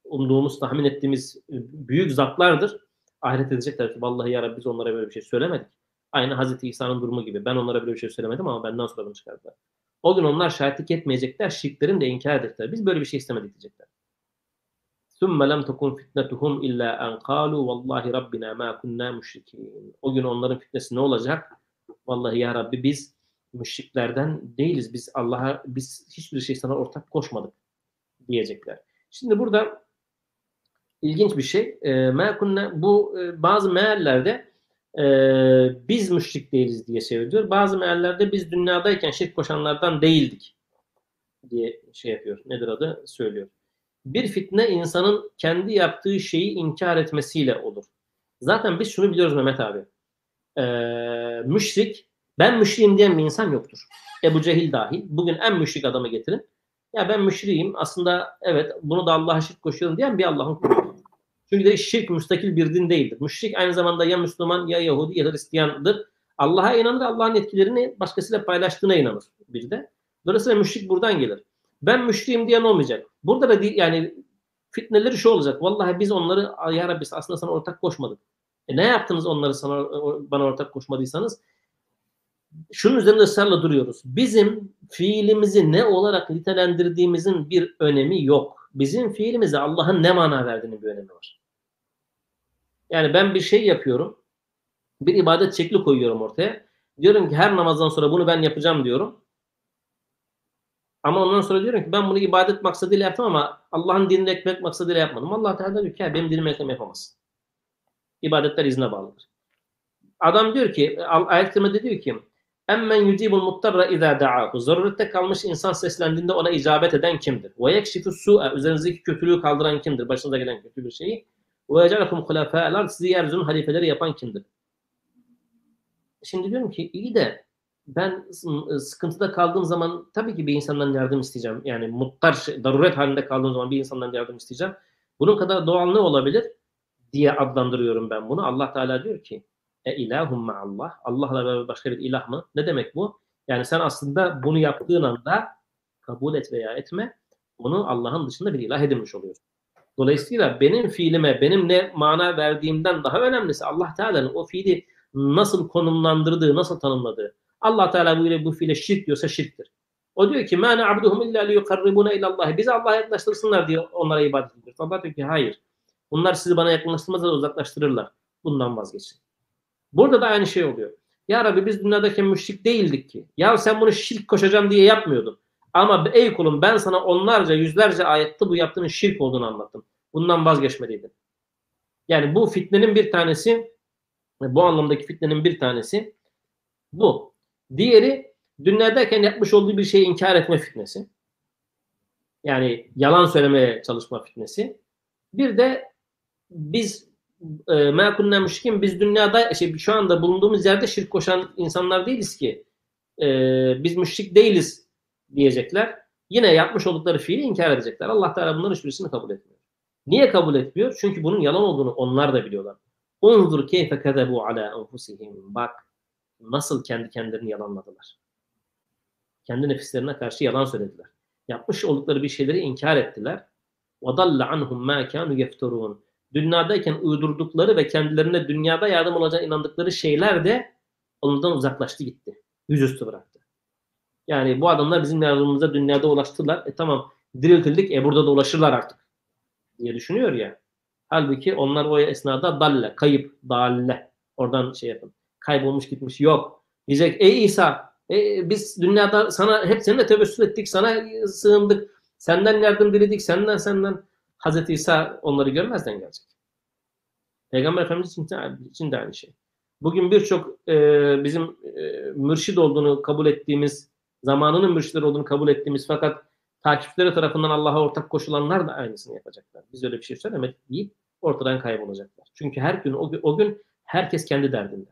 umduğumuz, tahmin ettiğimiz büyük zatlardır. Ahiret edecekler ki vallahi ya Rabbi biz onlara böyle bir şey söylemedik. Aynı Hazreti İsa'nın durumu gibi. Ben onlara böyle bir şey söylemedim ama benden sonra bunu çıkardılar. O gün onlar şahitlik etmeyecekler, şirklerin de inkar edecekler. Biz böyle bir şey istemedik diyecekler. ثُمَّ لَمْ تَكُنْ فِتْنَتُهُمْ إِلَّا أَنْ قَالُوا وَاللّٰهِ رَبِّنَا مَا كُنَّا مُشْرِكِينَ. O gün onların fitnesi ne olacak? Vallahi ya Rabbi biz müşriklerden değiliz. Biz hiçbir şey sana ortak koşmadık diyecekler. Şimdi burada ilginç bir şey. Bazı meallerde biz müşrik değiliz diye çeviriyor. Bazı meallerde biz dünyadayken şirk koşanlardan değildik diye şey yapıyor. Nedir adı? Söylüyor. Bir fitne insanın kendi yaptığı şeyi inkar etmesiyle olur. Zaten biz şunu biliyoruz Mehmet abi. Müşrik, ben müşriğim diyen bir insan yoktur. Ebu Cehil dahil. Bugün en müşrik adamı getirin. Ya ben müşriğim. Aslında evet bunu da Allah'a şirk koşuyorum diyen bir Allah'ın kulu. Çünkü de şirk müstakil bir din değildir. Müşrik aynı zamanda ya Müslüman ya Yahudi ya Hristiyandır. Allah'a inanır, Allah'ın etkilerini başkasıyla paylaştığına inanır bir de. Dolayısıyla müşrik buradan gelir. Ben müşriğim diyen olmayacak. Burada da yani fitneleri şu olacak. Vallahi biz onları ya Rabbi aslında sana ortak koşmadık. Ne yaptınız onları bana ortak koşmadıysanız? Şunun üzerinde ısrarla duruyoruz. Bizim fiilimizi ne olarak nitelendirdiğimizin bir önemi yok. Bizim fiilimize Allah'ın ne mana verdiğinin bir önemi var. Yani ben bir şey yapıyorum. Bir ibadet şekli koyuyorum ortaya. Diyorum ki her namazdan sonra bunu ben yapacağım diyorum. Ama ondan sonra diyorum ki ben bunu ibadet maksadıyla yaptım ama Allah'ın dinini ekmek maksadıyla yapmadım. Allah Teala diyor ki ya benim dinimi ekmek yapamazsın. İbadetler izne bağlıdır. Adam diyor ki, ayet-i kerimede diyor ki emmen yucibul muttarra izâ da'ahu. Zarurette kalmış insan seslendiğinde ona icabet eden kimdir? Ve yekşifu su'a. Üzerinizdeki kötülüğü kaldıran kimdir? Başınıza gelen kötü bir şeyi. Ve yec'alekum hulefâ'el sizi yeryüzünün halifeleri yapan kimdir? Şimdi diyorum ki iyi de ben sıkıntıda kaldığım zaman tabii ki bir insandan yardım isteyeceğim. Yani daruret halinde kaldığım zaman bir insandan yardım isteyeceğim. Bunun kadar doğal ne olabilir diye adlandırıyorum ben bunu. Allah Teala diyor ki ilahum ma'allah. Allah'la beraber başka bir ilah mı? Ne demek bu? Yani sen aslında bunu yaptığın anda kabul et veya etme, bunu Allah'ın dışında bir ilah edinmiş oluyorsun. Dolayısıyla benim fiilime, benim ne mana verdiğimden daha önemlisi Allah Teala'nın o fiili nasıl konumlandırdığı, nasıl tanımladığı. Allah Teala bu fiile şirk diyorsa şirktir. O diyor ki مَا نَعْبُدُهُمْ اِلَّا لِيُقَرِّبُونَ اِلَى اللّٰهِ Bizi Allah'a yaklaştırsınlar diye onlara ibadet ediyoruz. Allah diyor ki hayır. Bunlar sizi bana yaklaştırmazlar, uzaklaştırırlar. Bundan vazgeçin. Burada da aynı şey oluyor. Ya Rabbi biz dünyadayken müşrik değildik ki. Ya sen bunu şirk koşacağım diye yapmıyordun. Ama ey kulum ben sana onlarca, yüzlerce ayette bu yaptığının şirk olduğunu anlattım. Bundan vazgeçmeliydin. Yani bu fitnenin bir tanesi, bu anlamdaki fitnenin bir tanesi bu. Diğeri dünyadayken yapmış olduğu bir şeyi inkar etme fitnesi. Yani yalan söylemeye çalışma fitnesi. Bir de biz mekunne müşrikin biz dünyada şu anda bulunduğumuz yerde şirk koşan insanlar değiliz ki. Biz müşrik değiliz diyecekler. Yine yapmış oldukları fiili inkar edecekler. Allah Teala bunların hiçbirisini kabul etmiyor. Niye kabul etmiyor? Çünkü bunun yalan olduğunu onlar da biliyorlar. Unzur keyfe kezebu ala enfusihim. Bak nasıl kendi kendilerini yalanladılar. Kendi nefislerine karşı yalan söylediler. Yapmış oldukları bir şeyleri inkar ettiler. وَضَلَّ عَنْهُمْ مَا كَانُوا يَفْتَرُونَ Dünyadayken uydurdukları ve kendilerine dünyada yardım olacağına inandıkları şeyler de ondan uzaklaştı gitti. Yüzüstü bıraktı. Yani bu adamlar bizim yardımımıza dünyada ulaştılar. Tamam diriltildik burada da ulaşırlar artık diye düşünüyor ya. Halbuki onlar o esnada dalle, kayıp, dalle. Oradan şey yapın. Kaybolmuş gitmiş. Yok. Diyecek ey İsa biz dünyada sana hep seninle tebessüm ettik. Sana sığındık. Senden yardım diledik. Senden. Hazreti İsa onları görmezden gelecek. Peygamber Efendimiz için de aynı şey. Bugün birçok bizim mürşid olduğunu kabul ettiğimiz, zamanının mürşidleri olduğunu kabul ettiğimiz fakat takipçileri tarafından Allah'a ortak koşulanlar da aynısını yapacaklar. Biz öyle bir şey söylemedik deyip ortadan kaybolacaklar. Çünkü her gün o gün herkes kendi derdinde.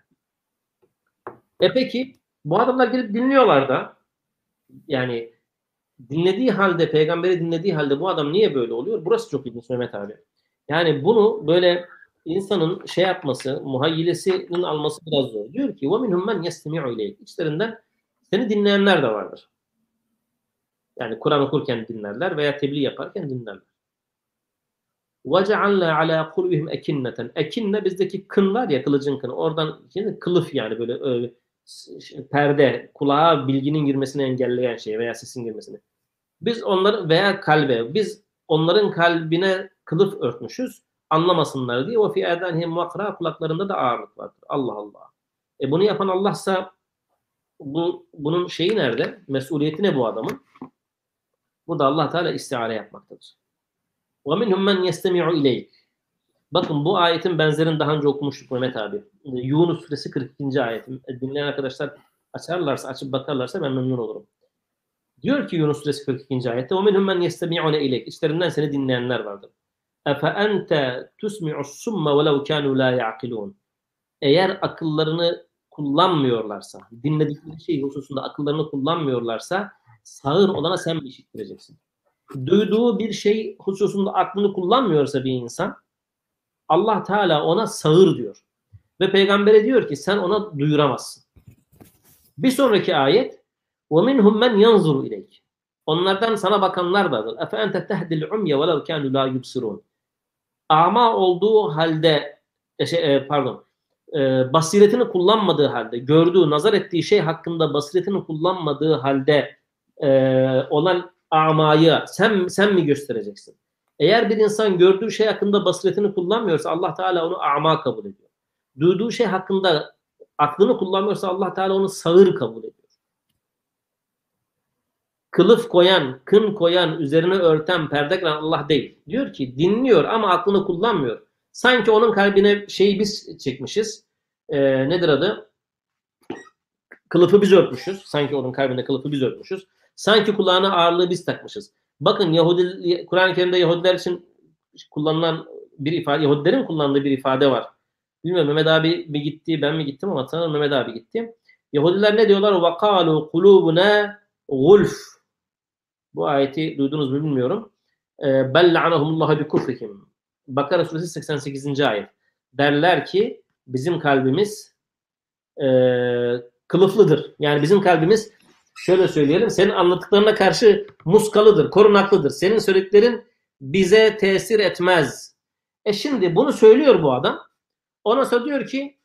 Peki bu adamlar gelip dinliyorlar da yani dinlediği halde, peygamberi dinlediği halde bu adam niye böyle oluyor? Burası çok ilginç Mehmet abi. Yani bunu böyle insanın şey yapması, muhayyilesinin alması biraz zor. Diyor ki وَمِنْهُمْ مَنْ يَسْتَمِعُ اِلَيْهِ İçlerinden seni dinleyenler de vardır. Yani Kur'an okurken dinlerler veya tebliğ yaparken dinlerler. وَجَعَلْنَا عَلَى قُلُوبِهِمْ اَكِنَّةً. Ekinne bizdeki kın var ya, kılıcın kını. Oradan yani kılıf, yani böyle perde, kulağa bilginin girmesini engelleyen şey veya sesin girmesini. Biz onları veya kalbe, biz onların kalbine kılıf örtmüşüz, anlamasınlar diye. O fi edanihim vakra, kulaklarında da ağırlık vardır. Allah Allah. Bunu yapan Allah'sa bunun şeyi nerede? Mesuliyeti ne bu adamın? Burada Allah Teala istiare yapmaktadır. وَمِنْهُمْ مَنْ يَسْتَمِعُ اِلَيْكِ. Bakın bu ayetin benzerini daha önce okumuştuk Mehmet abi. Yunus suresi 42. ayetim. Dinleyen arkadaşlar açarlarsa, açıp bakarlarsa ben memnun olurum. Diyor ki Yunus suresi 42. ayette وَمِنْهُمْ مَنْ يَسْتَمِعُونَ اِلَيْكِ. İçlerinden seni dinleyenler vardır. اَفَاَنْتَ تُسْمِعُ السُّمَّ وَلَوْ كَانُوا لَا يَعْقِلُونَ. Eğer akıllarını kullanmıyorlarsa, dinledikleri şey hususunda akıllarını kullanmıyorlarsa, sağır olana sen mi işittireceksin? Duyduğu bir şey hususunda aklını kullanmıyorsa bir insan, Allah Teala ona sağır diyor. Ve peygambere diyor ki sen ona duyuramazsın. Bir sonraki ayet وَمِنْهُمْ مَنْ يَنْظُرُ اِلَيْكِ. Onlardan sana bakanlar vardır. اَفَاَنْتَ تَهْدِ الْعُمْيَ وَلَوْ كَانُوا لَا يُبْصِرُونَ. Ama olduğu halde basiretini kullanmadığı halde, gördüğü, nazar ettiği şey hakkında basiretini kullanmadığı halde olan amayı sen mi göstereceksin? Eğer bir insan gördüğü şey hakkında basiretini kullanmıyorsa Allah Teala onu ama kabul ediyor. Duyduğu şey hakkında aklını kullanmıyorsa Allah Teala onu sağır kabul ediyor. Kılıf koyan, kın koyan, üzerine örten, perde kıran Allah değil. Diyor ki dinliyor ama aklını kullanmıyor. Sanki onun kalbine şeyi biz çekmişiz. Nedir adı? Kılıfı biz örtmüşüz. Sanki onun kalbinde kılıfı biz örtmüşüz. Sanki kulağına ağırlığı biz takmışız. Bakın Kur'an-ı Kerim'de Yahudiler için kullanılan bir ifade, Yahudilerin kullandığı bir ifade var. Bilmiyorum Mehmet abi mi gitti, ben mi gittim ama sanırım Mehmet abi gitti. Yahudiler ne diyorlar? وَقَالُوا قُلُوبُنَا غُلْفٌ. Bu ayeti duydunuz mu bilmiyorum. بَلْ لَعَنَهُمُ اللّٰهُ بِكُفْرِهِمْ. Bakara suresi 88. ayet. Derler ki bizim kalbimiz kılıflıdır. Yani bizim kalbimiz şöyle söyleyelim, senin anlattıklarına karşı muskalıdır, korunaklıdır. Senin söylediklerin bize tesir etmez. Şimdi bunu söylüyor bu adam. Ondan sonra diyor ki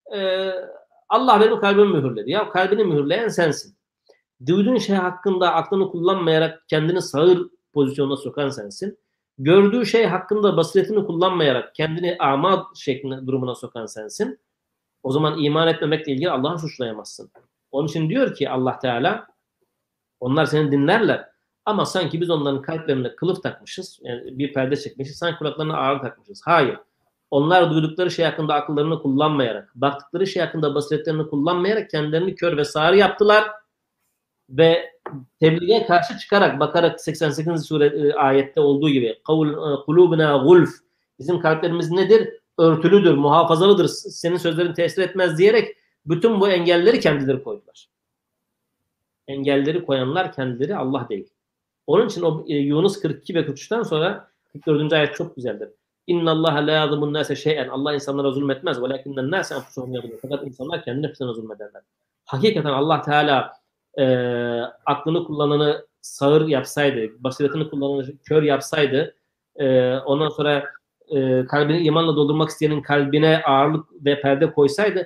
Allah benim kalbimi mühürledi. Ya kalbini mühürleyen sensin. Duyduğun şey hakkında aklını kullanmayarak kendini sağır pozisyonuna sokan sensin. Gördüğü şey hakkında basiretini kullanmayarak kendini ama şeklinde durumuna sokan sensin. O zaman iman etmemekle ilgili Allah'ı suçlayamazsın. Onun için diyor ki Allah Teala onlar seni dinlerler ama sanki biz onların kalplerine kılıf takmışız. Yani bir perde çekmişiz. Sanki kulaklarına ağır takmışız. Hayır. Onlar duydukları şey hakkında akıllarını kullanmayarak, baktıkları şey hakkında basiretlerini kullanmayarak kendilerini kör ve sağır yaptılar. Ve tebliğe karşı çıkarak Bakara 88. sure ayette olduğu gibi kulubuna gulf, bizim kalplerimiz nedir? Örtülüdür, muhafazalıdır, senin sözlerin tesir etmez diyerek bütün bu engelleri kendileri koydular. Engelleri koyanlar kendileri, Allah değil. Onun için o Yunus 42 ve 43'ten sonra 44. ayet çok güzeldir. İnna Allah la yazlimun nase şey'en. Allah insanlara zulmetmez. Velakinnen nase enfusuhum yazlimun. Fakat insanlar kendi nefsine zulmederler. Hakikaten Allah Teala aklını kullananı sağır yapsaydı, basiretini kullananı kör yapsaydı, ondan sonra kalbini imanla doldurmak isteyenin kalbine ağırlık ve perde koysaydı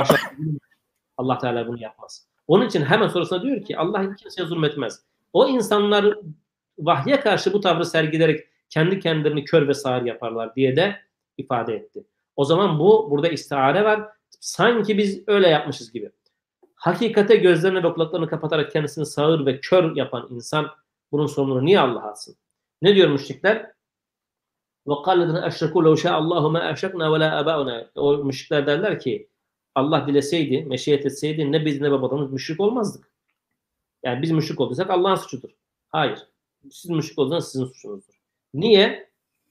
Allah Teala bunu yapmaz. Onun için hemen sonrasında diyor ki Allah kimseye zulmetmez. O insanlar vahye karşı bu tavrı sergilerek kendi kendilerini kör ve sağır yaparlar diye de ifade etti. O zaman burada istiare var. Sanki biz öyle yapmışız gibi. Hakikate gözlerini ve kulaklarını kapatarak kendisini sağır ve kör yapan insan bunun sonunu niye Allah'a atsın? Ne diyor müşrikler? وَقَالَّذِنَا اَشْرَكُوا لَوْ شَاءَ اللّٰهُ مَا اَشْرَكْنَا وَلَا أَبَاؤُنَا. O müşrikler derler ki Allah dileseydi, meşiyet etseydi ne biz ne babalarımız müşrik olmazdık. Yani biz müşrik olduysak Allah'ın suçudur. Hayır. Siz müşrik olduğunuz sizin suçunuzdur. Niye?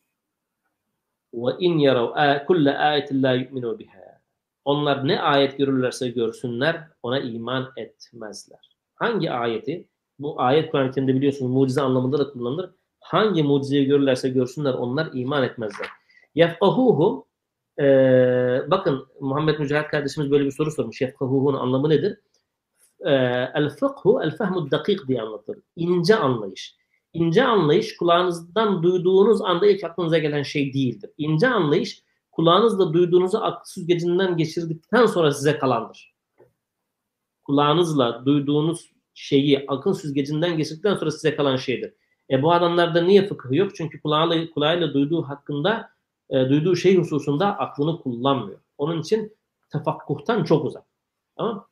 وَاِنْ يَرَوْا كُلَّ آيَةٍ لَا يُؤْمِنُوا بِهَا. Onlar ne ayet görürlerse görsünler ona iman etmezler. Hangi ayeti? Bu ayet Kur'an-ı Kerim'de biliyorsunuz mucize anlamında da kullanılır. Hangi mucizeyi görürlerse görsünler onlar iman etmezler. Yefkahuhu, bakın Muhammed Mücahit kardeşimiz böyle bir soru sormuş. Yefkahuhu'nun anlamı nedir? El-fıkhu el-fehmud dakik diye anlatır. İnce anlayış. ince anlayış kulağınızdan duyduğunuz anda ilk aklınıza gelen şey değildir. İnce anlayış kulağınızla duyduğunuzu akıl süzgecinden geçirdikten sonra size kalandır. Kulağınızla duyduğunuz şeyi akıl süzgecinden geçirdikten sonra size kalan şeydir. Bu adamlarda niye fıkıh yok? Çünkü kulağıyla duyduğu hakkında duyduğu şey hususunda aklını kullanmıyor. Onun için tefakkuhtan çok uzak. Tamam?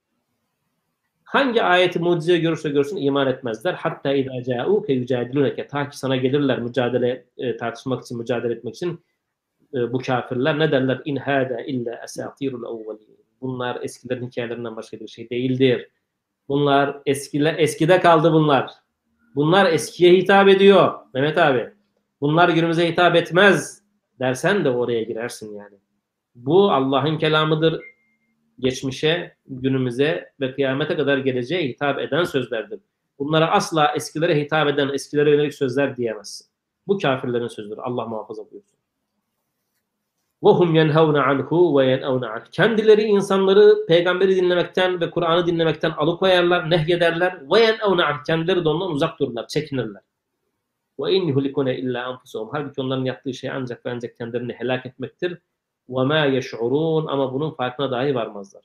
Hangi ayeti mucize görürse görsün iman etmezler. Hatta idâ câûke yücâdilûneke. Ta ki sana gelirler tartışmak için, mücadele etmek için bu kafirler ne derler? İn hâdâ illa esâtirul evvelîn. Bunlar eskilerin hikayelerinden başka bir şey değildir. Bunlar eskide kaldı bunlar. Bunlar eskiye hitap ediyor Mehmet abi. Bunlar günümüze hitap etmez dersen de oraya girersin yani. Bu Allah'ın kelamıdır. Geçmişe, günümüze ve kıyamete kadar geleceğe hitap eden sözlerdir. Bunlara asla eskilere hitap eden, eskilere yönelik sözler diyemezsin. Bu kafirlerin sözüdür. Allah muhafaza buyursun. وَهُمْ يَنْهَوْنَ عَنْهُ وَيَنْأَوْنَ عَنْهُ. Kendileri insanları peygamberi dinlemekten ve Kur'an'ı dinlemekten alıkoyarlar, nehyederler. وَيَنْأَوْنَ عَنْهُ. Kendileri de ondan uzak dururlar, çekinirler. وَاِنْ يُهْلِكُونَ اِلَّا أَنْفُسُهُمْ. Halbuki onların yaptığı şey ancak ve ancak kendilerini helak etmektir. وَمَا يَشْعُرُونَ. Ama bunun farkına dahi varmazlar.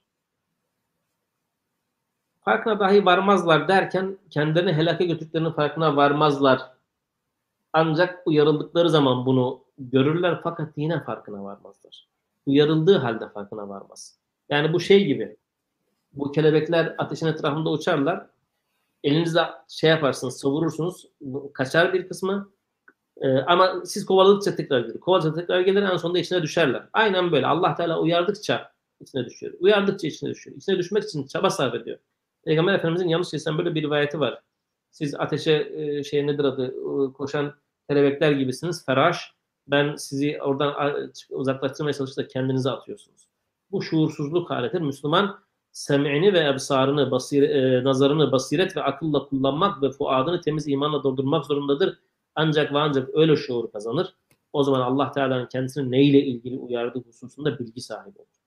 Farkına dahi varmazlar derken kendilerini helake götürdüklerinin farkına varmazlar. Ancak uyarıldıkları zaman bunu görürler fakat yine farkına varmazlar. Uyarıldığı halde farkına varmaz. Yani bu şey gibi. Bu kelebekler ateşin etrafında uçarlar. Elinizle şey yaparsınız, savurursunuz. Kaçar bir kısmı. Ama siz kovaladıkça tekrar gelir. Kovaladıkça tekrar gelir, en sonunda içine düşerler. Aynen böyle. Allah Teala uyardıkça içine düşüyor. Uyardıkça içine düşüyor. İçine düşmek için çaba sarf ediyor. Peygamber Efendimizin yanlış değilsem böyle bir rivayeti var. Siz ateşe nedir adı koşan kelebekler gibisiniz. Feraş. Ben sizi oradan uzaklaştırmaya çalışıp kendinize atıyorsunuz. Bu şuursuzluk halidir. Müslüman sem'ini ve ebsarını, nazarını basiret ve akılla kullanmak ve fuadını temiz imanla doldurmak zorundadır. Ancak ve ancak öyle şuur kazanır. O zaman Allah Teala'nın kendisini neyle ilgili uyardığı hususunda bilgi sahibi olur.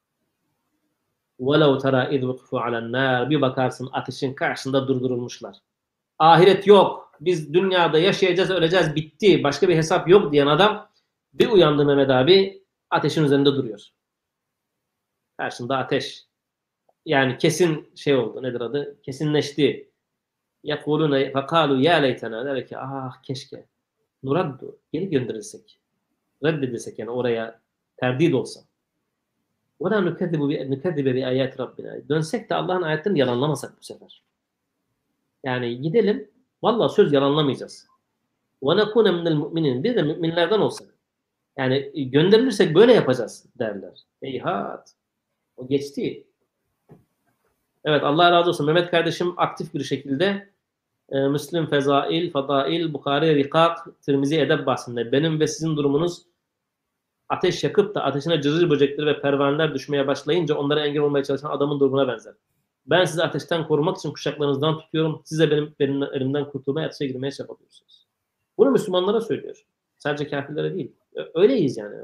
وَلَوْ تَرَى اِذْ وَقْفُوا عَلَى النَّارِ. Bir bakarsın ateşin karşısında durdurulmuşlar. Ahiret yok. Biz dünyada yaşayacağız, öleceğiz, bitti. Başka bir hesap yok diyen adam bir uyandı Mehmet abi, ateşin üzerinde duruyor. Karşında ateş. Yani kesin şey oldu. Nedir adı? Kesinleşti. يَقُولُونَ فَقَالُوا يَا لَيْتَنَا. Der ki keşke. Nuraddu. Geri gönderilsek. Reddedilsek yani oraya terdid olsa. وَلَا نُكَذِّبَ بِآيَاتِ رَبِّنَا. Dönsek de Allah'ın ayetlerini yalanlamasak bu sefer. Yani gidelim. Vallahi söz yalanlamayacağız. وَنَكُونَ مِنَ الْمُؤْمِنِينَ. Bir de müminlerden olsak. Yani gönderilirsek böyle yapacağız derler. Eyhat. O geçti. Evet, Allah razı olsun. Mehmet kardeşim aktif bir şekilde Müslim Fezail, Fadail, Bukhari, Rikak, Tirmizi Edeb bahsinde. Benim ve sizin durumunuz ateş yakıp da ateşine cırcır böcekleri ve pervaneler düşmeye başlayınca onlara engel olmaya çalışan adamın durumuna benzer. Ben sizi ateşten korumak için kuşaklarınızdan tutuyorum. Siz de benim elimden kurtulmaya, ateşe girmeye çabalıyorsunuz. Bunu Müslümanlara söylüyor. Sadece kafirlere değil. Öyleyiz yani.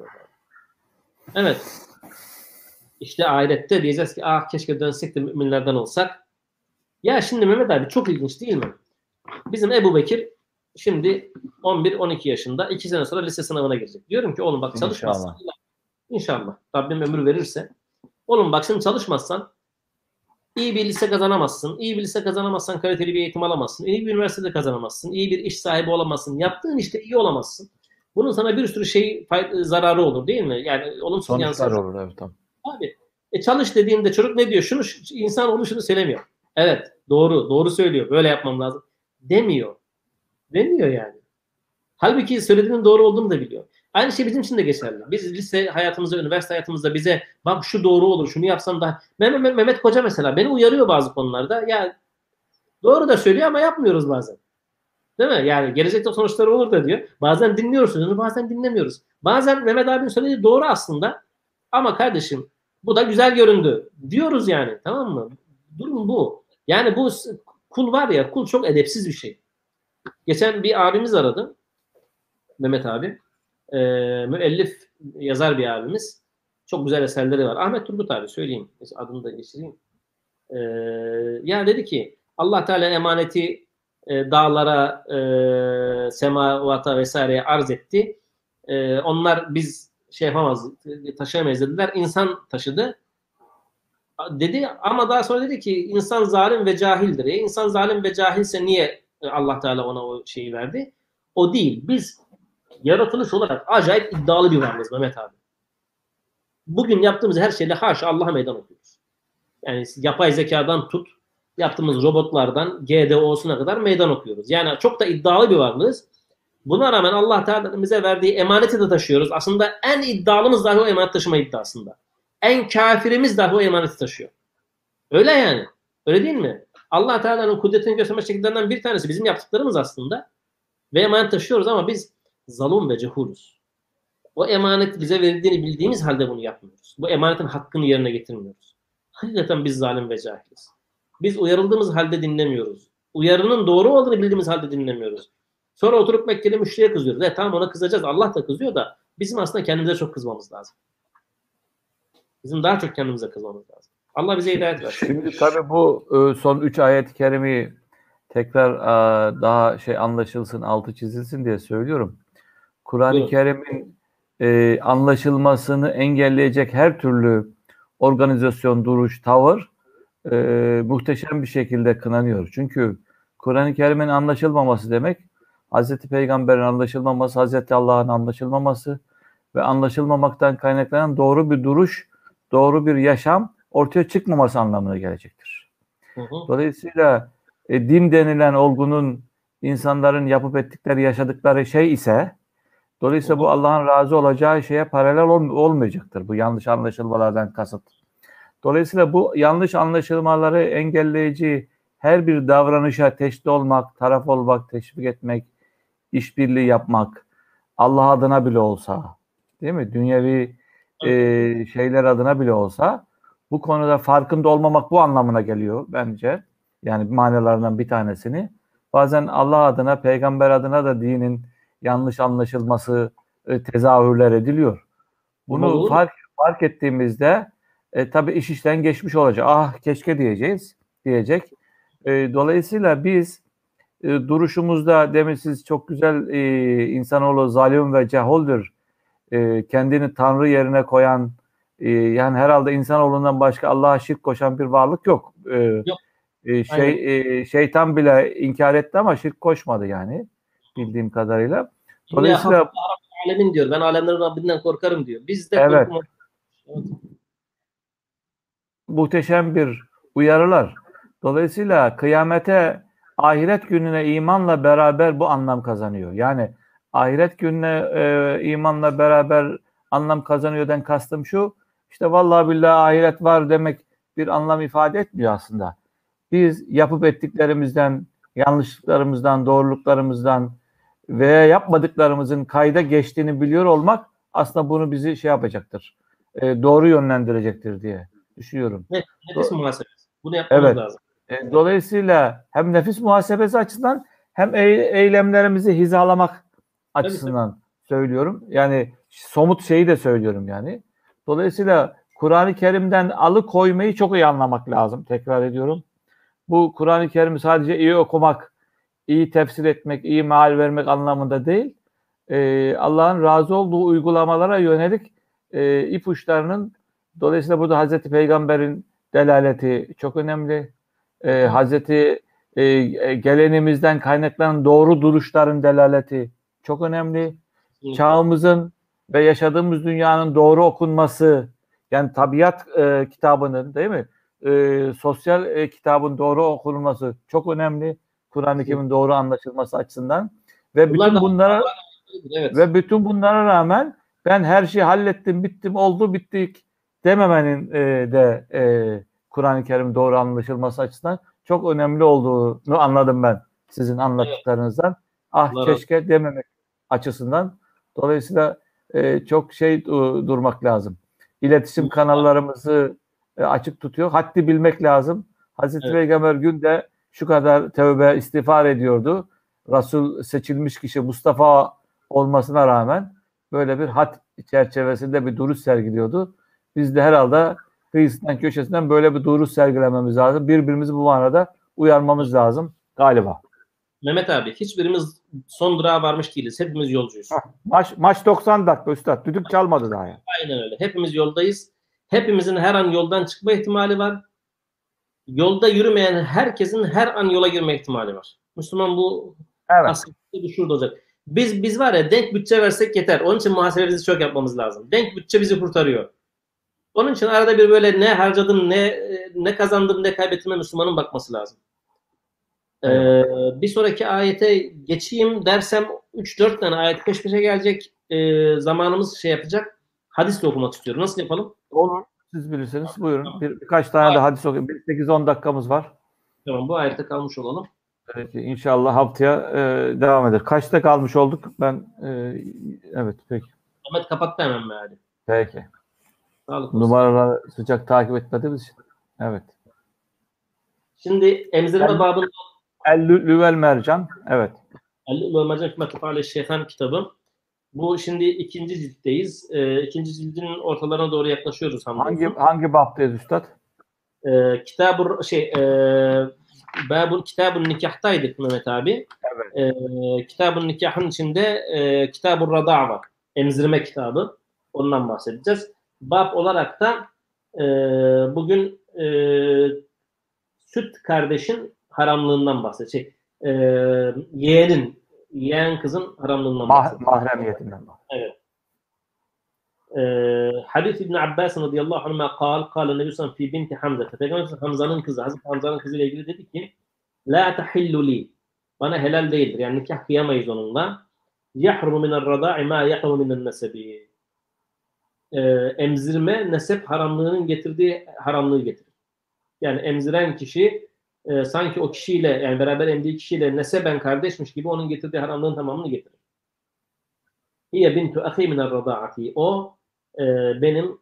Evet. İşte ahirette diyeceğiz ki keşke dönsek de müminlerden olsak. Ya şimdi Mehmet abi çok ilginç değil mi? Bizim Ebu Bekir şimdi 11-12 yaşında 2 sene sonra lise sınavına girecek. Diyorum ki oğlum bak çalışmazsan İnşallah. Rabbim ömür verirse. Oğlum bak şimdi çalışmazsan iyi bir lise kazanamazsın. İyi bir lise kazanamazsan kaliteli bir eğitim alamazsın. İyi bir üniversitede kazanamazsın. İyi bir iş sahibi olamazsın. Yaptığın işte iyi olamazsın. Bunun sana bir sürü zararı olur değil mi? Yani olumsuz sonuçlar olur evet tamam. Abi çalış dediğinde çocuk ne diyor? İnsan şunu söylemiyor. Evet doğru söylüyor. Böyle yapmam lazım. Demiyor yani. Halbuki söylediğinin doğru olduğunu da biliyor. Aynı şey bizim için de geçerli. Biz lise hayatımızda, üniversite hayatımızda bize bak şu doğru olur, şunu yapsam daha. Mehmet Koca mesela beni uyarıyor bazı konularda. Ya doğru da söylüyor ama yapmıyoruz bazen. Değil mi? Yani gelecekte sonuçları olur da diyor. Bazen dinliyoruz sözünü, bazen dinlemiyoruz. Bazen Mehmet abinin söylediği doğru aslında. Ama kardeşim bu da güzel göründü. Diyoruz yani. Tamam mı? Durum bu. Yani bu kul var ya, kul çok edepsiz bir şey. Geçen bir abimiz aradı. Mehmet abi. Müellif, yazar bir abimiz. Çok güzel eserleri var. Ahmet Turgut abi söyleyeyim. Adını da geçireyim. Ya dedi ki Allah Teala emaneti dağlara, semavata vesaireye arz etti. Onlar biz şey yapamaz, taşıyamayız dediler. İnsan taşıdı. Dedi ama daha sonra dedi ki insan zalim ve cahildir. İnsan zalim ve cahilse niye Allah Teala ona o şeyi verdi? O değil. Biz yaratılış olarak acayip iddialı bir varlığız Mehmet abi. Bugün yaptığımız her şeyle haşa Allah'a meydan okuyoruz. Yani yapay zekadan tut, yaptığımız robotlardan GDO'suna kadar meydan okuyoruz. Yani çok da iddialı bir varlığız. Buna rağmen Allah Teala bize verdiği emaneti de taşıyoruz. Aslında en iddialımız dahi o emanet taşıma iddiasında. En kafirimiz dahi o emaneti taşıyor. Öyle yani. Öyle değil mi? Allah Teala'nın kudretini gösterme şekillerinden bir tanesi bizim yaptıklarımız aslında. Ve emanet taşıyoruz ama biz zalim ve cehuluz. O emanet bize verildiğini bildiğimiz halde bunu yapmıyoruz. Bu emanetin hakkını yerine getirmiyoruz. Hakikaten biz zalim ve cahiliz. Biz uyarıldığımız halde dinlemiyoruz. Uyarının doğru olduğunu bildiğimiz halde dinlemiyoruz. Sonra oturup Mekkeli müşriye kızıyoruz. Tamam ona kızacağız. Allah da kızıyor da bizim aslında kendimize çok kızmamız lazım. Bizim daha çok kendimize kızmamız lazım. Allah bize hidayet versin. Şimdi tabii bu son 3 ayet-i kerimeyi tekrar daha anlaşılsın, altı çizilsin diye söylüyorum. Kur'an-ı Kerim'in anlaşılmasını engelleyecek her türlü organizasyon, duruş, tavır muhteşem bir şekilde kınanıyor. Çünkü Kur'an-ı Kerim'in anlaşılmaması demek Hazreti Peygamber'in anlaşılmaması, Hazreti Allah'ın anlaşılmaması ve anlaşılmamaktan kaynaklanan doğru bir duruş, doğru bir yaşam ortaya çıkmaması anlamına gelecektir. Dolayısıyla din denilen olgunun insanların yapıp ettikleri, yaşadıkları şey ise dolayısıyla bu Allah'ın razı olacağı şeye paralel olmayacaktır. Bu yanlış anlaşılmalardan kasıt. Dolayısıyla bu yanlış anlaşılmaları engelleyici her bir davranışa teşvik olmak, taraf olmak, teşvik etmek, işbirliği yapmak, Allah adına bile olsa, değil mi? Dünyevi şeyler adına bile olsa bu konuda farkında olmamak bu anlamına geliyor bence. Yani manalarından bir tanesini. Bazen Allah adına, peygamber adına da dinin yanlış anlaşılması tezahürler ediliyor. Bunu fark ettiğimizde tabii iş işten geçmiş olacak. Ah keşke diyecek. Dolayısıyla biz duruşumuzda demin siz çok güzel insanoğlu zalim ve cehuldür. Kendini Tanrı yerine koyan yani herhalde insanoğlundan başka Allah'a şirk koşan bir varlık yok. Yok. Şeytan bile inkar etti ama şirk koşmadı yani bildiğim kadarıyla. Dolayısıyla alemin diyor. Ben alemlerin Rabbinden korkarım diyor. Biz de evet. Muhteşem bir uyarılar. Dolayısıyla kıyamete, ahiret gününe imanla beraber bu anlam kazanıyor. Yani ahiret gününe imanla beraber anlam kazanıyordan kastım şu. İşte vallahi billahi ahiret var demek bir anlam ifade etmiyor aslında. Biz yapıp ettiklerimizden, yanlışlıklarımızdan, doğruluklarımızdan veya yapmadıklarımızın kayda geçtiğini biliyor olmak aslında bunu bizi yapacaktır. Doğru yönlendirecektir diye düşünüyorum. Nefis muhasebesi. Bunu yapmamız lazım. Dolayısıyla hem nefis muhasebesi açısından hem eylemlerimizi hizalamak açısından söylüyorum. Yani somut şeyi de söylüyorum yani. Dolayısıyla Kur'an-ı Kerim'den alıkoymayı çok iyi anlamak lazım. Tekrar ediyorum. Bu Kur'an-ı Kerim'i sadece iyi okumak, iyi tefsir etmek, iyi meal vermek anlamında değil. Allah'ın razı olduğu uygulamalara yönelik ipuçlarının dolayısıyla burada Hazreti Peygamber'in delaleti çok önemli. Hazreti gelenimizden kaynaklanan doğru duruşların delaleti çok önemli. Çağımızın ve yaşadığımız dünyanın doğru okunması, yani tabiat kitabının değil mi? Sosyal kitabın doğru okunması çok önemli. Kur'an-ı Kerim'in doğru anlaşılması açısından ve bütün bunlara rağmen ben her şeyi hallettim, bittim, oldu, bittik dememenin de Kur'an-ı Kerim doğru anlaşılması açısından çok önemli olduğunu anladım ben sizin anlattıklarınızdan. Keşke dememek açısından. Dolayısıyla çok durmak lazım. İletişim kanallarımızı açık tutuyor. Haddi bilmek lazım. Hazreti Peygamber günde şu kadar tövbe istiğfar ediyordu. Resul seçilmiş kişi Mustafa olmasına rağmen böyle bir had çerçevesinde bir duruş sergiliyordu. Biz de herhalde kıyısından köşesinden böyle bir duruş sergilememiz lazım. Birbirimizi bu manada uyarmamız lazım galiba. Mehmet abi hiçbirimiz son durağa varmış değiliz. Hepimiz yolcuyuz. Maç 90 dakika üstad. Düdük çalmadı daha ya. Aynen öyle. Hepimiz yoldayız. Hepimizin her an yoldan çıkma ihtimali var. Yolda yürümeyen herkesin her an yola girme ihtimali var. Müslüman bu Evet. aslında şurada olacak. Biz var ya denk bütçe versek yeter. Onun için muhasebemizi çok yapmamız lazım. Denk bütçe bizi kurtarıyor. Onun için arada bir böyle ne harcadım, ne kazandım, ne kaybettiğime Müslümanın bakması lazım. Bir sonraki ayete geçeyim dersem 3-4 tane ayet peş peşe gelecek. Zamanımız şey yapacak. Hadisle okumak istiyorum. Nasıl yapalım? Olur. Siz bilirsiniz. Buyurun. Birkaç tane de hadis okuyun. 8-10 dakikamız var. Tamam, bu ayette kalmış olalım. Peki, İnşallah haftaya devam eder. Kaçta kalmış olduk? Evet peki. Ahmet kapattı hemen meali. Peki. Sağlık olsun. Numaraları sıcak takip etmediğimiz için. Evet. Şimdi emzirme babında El-Lüvel Mercan. Evet. El-Lüvel Mercan Fîmâ Tefâ'le Şeyhan kitabı. Bu şimdi 2. ciltteyiz. 2. cildin ortalarına doğru yaklaşıyoruz. Hangi baptayız üstad? Babul Kitabun Nikah'taydık Mehmet abi. Evet. Kitabun Nikah'ın içinde Kitabur Rada' var. Emzirme kitabı. Ondan bahsedeceğiz. Bab olarak da bugün süt kardeşin haramlığından bahsedecek. Yeğen kızın haramlığından bahsedecek. Mahremiyetinden bahsedecek. Evet. Hadis İbn Abbas radıyallahu anhuma kâle Nebi sallallahu fi binti Hamza. Peygamber Hamza'nın kızı, Hazreti Hamza'nın kızıyla ilgili dedi ki la tahillu li. Bana helal değildir. Yani nikah kıyamayız onunla. Yahrumu minel radâ'i ma yahrumu minel nesebi. Emzirme nesep haramlığının getirdiği haramlığı getirir. Yani emziren kişi sanki o kişiyle, yani beraber emdiği kişiyle neseben kardeşmiş gibi onun getirdiği haramlığın tamamını getirir. Hiye bintu ahi minel radâ'ati. O benim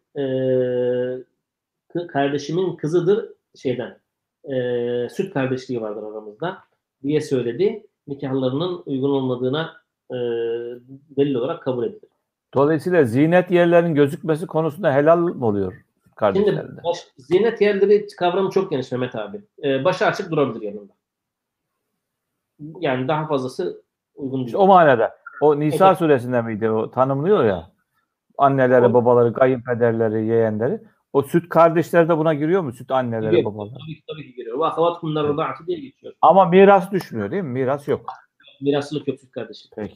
kardeşimin kızıdır şeyden. Süt kardeşliği vardır aramızda diye söyledi. Nikahlarının uygun olmadığına delil olarak kabul edilir. Dolayısıyla zinet yerlerinin gözükmesi konusunda helal mı oluyor kardeşlerinde? Şimdi zinet yerleri kavramı çok geniş Mehmet abi. Başı açık durabilir yanında. Yani daha fazlası uygun değil. İşte o manada. O Nisa suresinde miydi? O tanımlıyor ya. Anneleri, babaları, kayınpederleri, yeğenleri. O süt kardeşler de buna giriyor mu? Süt anneleri, babaları. Tabii ki giriyor. Vahavatkumlar rada'ati diye geçiyor. Ama miras düşmüyor değil mi? Miras yok. Miraslılık yok süt kardeşi. Peki.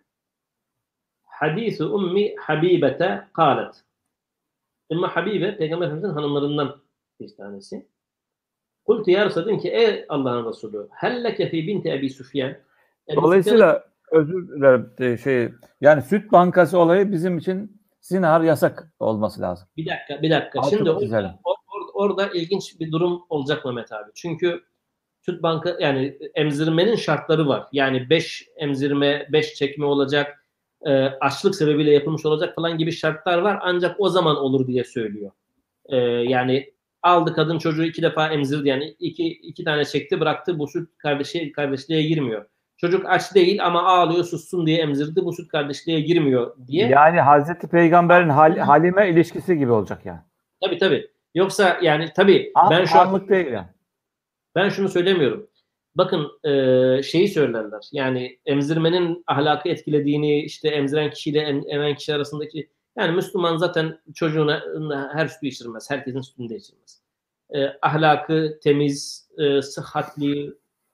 Hadis-i Ummi Habibete kâlet. Ümmü Habibe Peygamber Efendimiz'in hanımlarından bir tanesi. Kultu ya Resulallah, dedim ki ey Allah'ın Resulü helleke fi binti Ebi Süfyan. Dolayısıyla özür dilerim yani süt bankası olayı bizim için zinhar yasak olması lazım. Bir dakika. Şimdi orada ilginç bir durum olacak Mehmet abi. Çünkü süt banka yani emzirmenin şartları var. Yani 5 emzirme, 5 çekme olacak. Açlık sebebiyle yapılmış olacak falan gibi şartlar var. Ancak o zaman olur diye söylüyor. Yani aldı kadın çocuğu 2 defa emzirdi. Yani iki tane çekti bıraktı. Bu süt kardeşliğe girmiyor. Çocuk aç değil ama ağlıyor sussun diye emzirdi. Bu süt kardeşliğe girmiyor diye. Yani Hazreti Peygamber'in Halime ilişkisi gibi olacak yani. Tabii. Yoksa yani tabii ben şu an değil yani. Ben şunu söylemiyorum. Bakın şeyi söylerler. Yani emzirmenin ahlakı etkilediğini, işte emziren kişiyle emen kişi arasındaki, yani Müslüman zaten çocuğuna her sütü içirmez. Herkesin sütünü de içirmez. Ahlakı temiz, sıhhatli,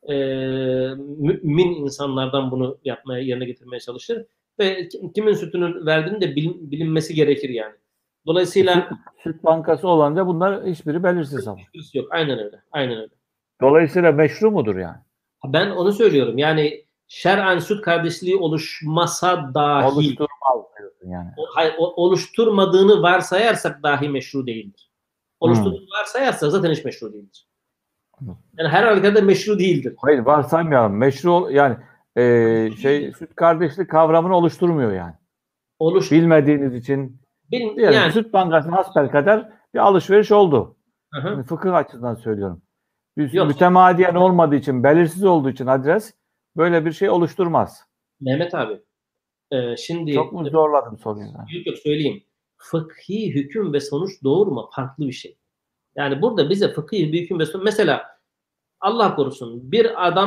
mümin insanlardan bunu yerine getirmeye çalışır. Ve kimin sütünü verdiğini de bilinmesi gerekir yani. Dolayısıyla süt bankası olunca bunlar hiçbiri belirsiz ama. Hiçbirisi yok. Aynen öyle. Dolayısıyla meşru mudur yani? Ben onu söylüyorum. Yani şer'an süt kardeşliği oluşmasa dahi oluşturmaz diyorsun yani. Oluşturmadığını varsayarsak dahi meşru değildir. Oluşturduğunu varsayarsa zaten hiç meşru değildir. Yani her halükarda meşru değildir. Hayır, varsaymayalım. Meşru yani süt kardeşlik kavramını oluşturmuyor yani. Bilmediğiniz için yani süt bankasının hasbelkader bir alışveriş oldu. Yani fıkıh açısından söylüyorum. Mütemadiyen olmadığı için, belirsiz olduğu için adres böyle bir şey oluşturmaz. Mehmet abi, şimdi çok mu zorladım soruyu? Yok söyleyeyim. Fıkhi hüküm ve sonuç doğurma farklı bir şey. Yani burada bize fıkhi bir hüküm ve sonuç, mesela Allah korusun bir adam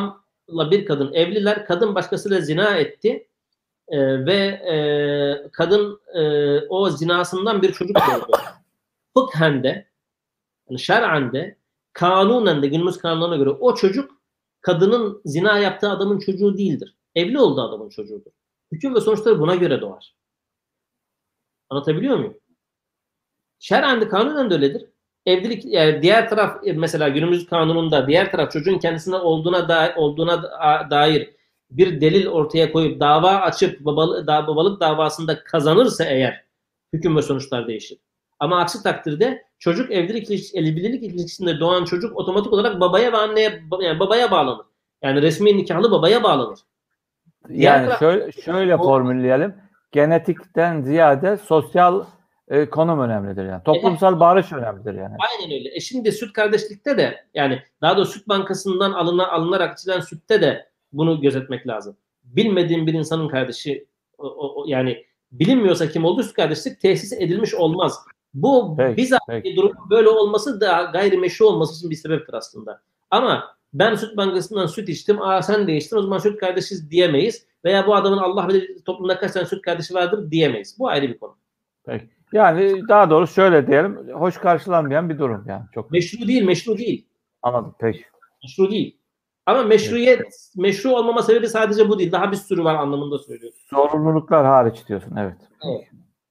bir kadın evliler. Kadın başkasıyla zina etti. Ve kadın o zinasından bir çocuk doğdu. Fıkhen de, yani şer'an de, kanunen de, günümüz kanununa göre o çocuk kadının zina yaptığı adamın çocuğu değildir. Evli olduğu adamın çocuğudur. Hüküm ve sonuçları buna göre doğar. Anlatabiliyor muyum? Şer'an de, kanunen de öyledir. Evlilik, yani diğer taraf, mesela günümüz kanununda diğer taraf çocuğun kendisine olduğuna dair bir delil ortaya koyup dava açıp babalık davasında kazanırsa eğer hüküm ve sonuçlar değişir. Ama aksi takdirde çocuk evlilik ilişkisinde doğan çocuk otomatik olarak babaya ve anneye, yani babaya bağlanır. Yani resmi nikahlı babaya bağlanır. Yani şöyle formülleyelim. Genetikten ziyade sosyal konum önemlidir yani. Toplumsal barış önemlidir yani. Aynen öyle. Şimdi süt kardeşlikte de, yani daha doğrusu süt bankasından alınarak içilen sütte de bunu gözetmek lazım. Bilmediğin bir insanın kardeşi, yani bilinmiyorsa kim olduğu, süt kardeşlik tesis edilmiş olmaz. Bu bizzat bir durum, böyle olması da gayrimeşru olması için bir sebeptir aslında. Ama ben süt bankasından süt içtim, sen de içtin, o zaman süt kardeşiz diyemeyiz. Veya bu adamın Allah bilir toplumda kaç tane süt kardeşi vardır diyemeyiz. Bu ayrı bir konu. Peki. Yani daha doğrusu şöyle diyelim, hoş karşılanmayan bir durum yani. Çok meşru değil. Anladım, peki. Meşru değil. Ama meşru olmama sebebi sadece bu değil. Daha bir sürü var anlamında söylüyorum. Zorunluluklar hariç diyorsun, evet. Evet.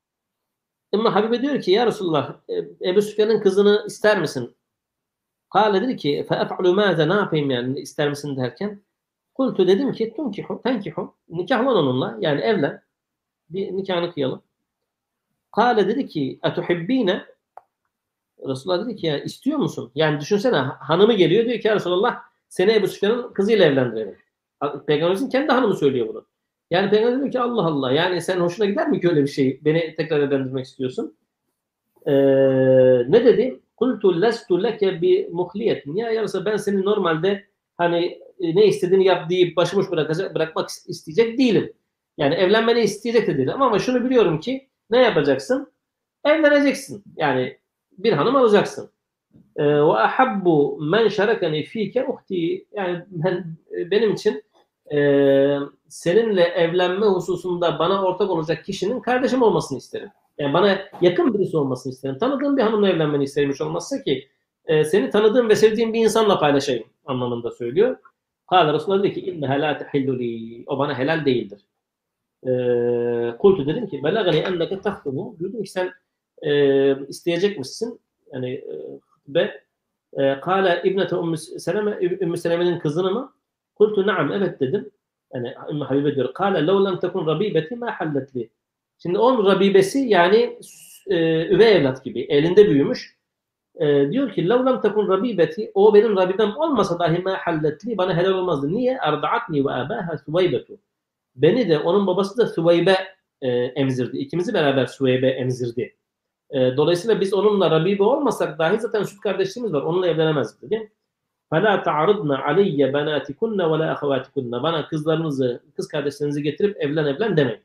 Ama Habibe diyor ki ya Resulullah, Ebu Süfyan'ın kızını ister misin? Kale dedi ki fe'ef'alu mâze, ne yapayım yani ister misin derken. Kultu, dedim ki tenkihu, nikahlan onunla, yani evlen. Bir nikahını kıyalım. Kale dedi ki etuhibbine, Resulullah dedi ki ya istiyor musun? Yani düşünsene, hanımı geliyor diyor ki ya Resulullah, seni Ebu Süfyan'ın kızıyla evlendirelim. Peygamberimizin kendi hanımı söylüyor bunu. Yani Peygamber diyor ki Allah Allah, yani sen hoşuna gider mi ki öyle bir şey? Beni tekrar evlendirmek istiyorsun. Ne dedi? Kultu lestu leke bi muhliyetin. Ya yarısı ben seni normalde hani ne istediğini yap deyip başıboş bırakmak isteyecek değilim. Yani evlenmeni isteyecek de değilim. Ama şunu biliyorum ki ne yapacaksın? Evleneceksin. Yani bir hanım alacaksın. Ve ahabbu men şerekeni fike uhti. Yani benim için seninle evlenme hususunda bana ortak olacak kişinin kardeşim olmasını isterim. Yani bana yakın birisi olmasını isterim. Tanıdığım bir hanımla evlenmeni isterim, hiç olmazsa ki seni tanıdığım ve sevdiğim bir insanla paylaşayım anlamında söylüyor. Kâle Resulullah dedi ki inneha lâ tehillu li. O bana helal değildir. Kultu, dedim ki belagani enneke tahtumu. Dedim ki sen isteyecekmişsin. Yani ve kâle İbnete Ümmü Seleme'nin kızını mı? Kultu naam, evet dedim. Yani Ümmü Habibe diyor. Kâle lev lem tekun rabibeti mâ halletli. Şimdi onun rabibesi yani üvey evlat gibi elinde büyümüş. Diyor ki lev lem tekun rabibeti, o benim rabibem olmasa dahi mâ halletli, bana helal olmazdı. Niye? Arda'atni ve abâha Süveybetu. Beni de onun babası da Süveybe emzirdi. İkimizi beraber Süveybe emzirdi. Dolayısıyla biz onunla rabibe olmasak dahi zaten süt kardeşliğimiz var. Onunla evlenemezdik dedi. فَلَا تَعْرِضْنَ عَلَيَّ بَنَاتِكُنَّ وَلَا أَخَوَاتِكُنَّ. Bana kızlarınızı, kız kardeşlerinizi getirip evlen demeyin.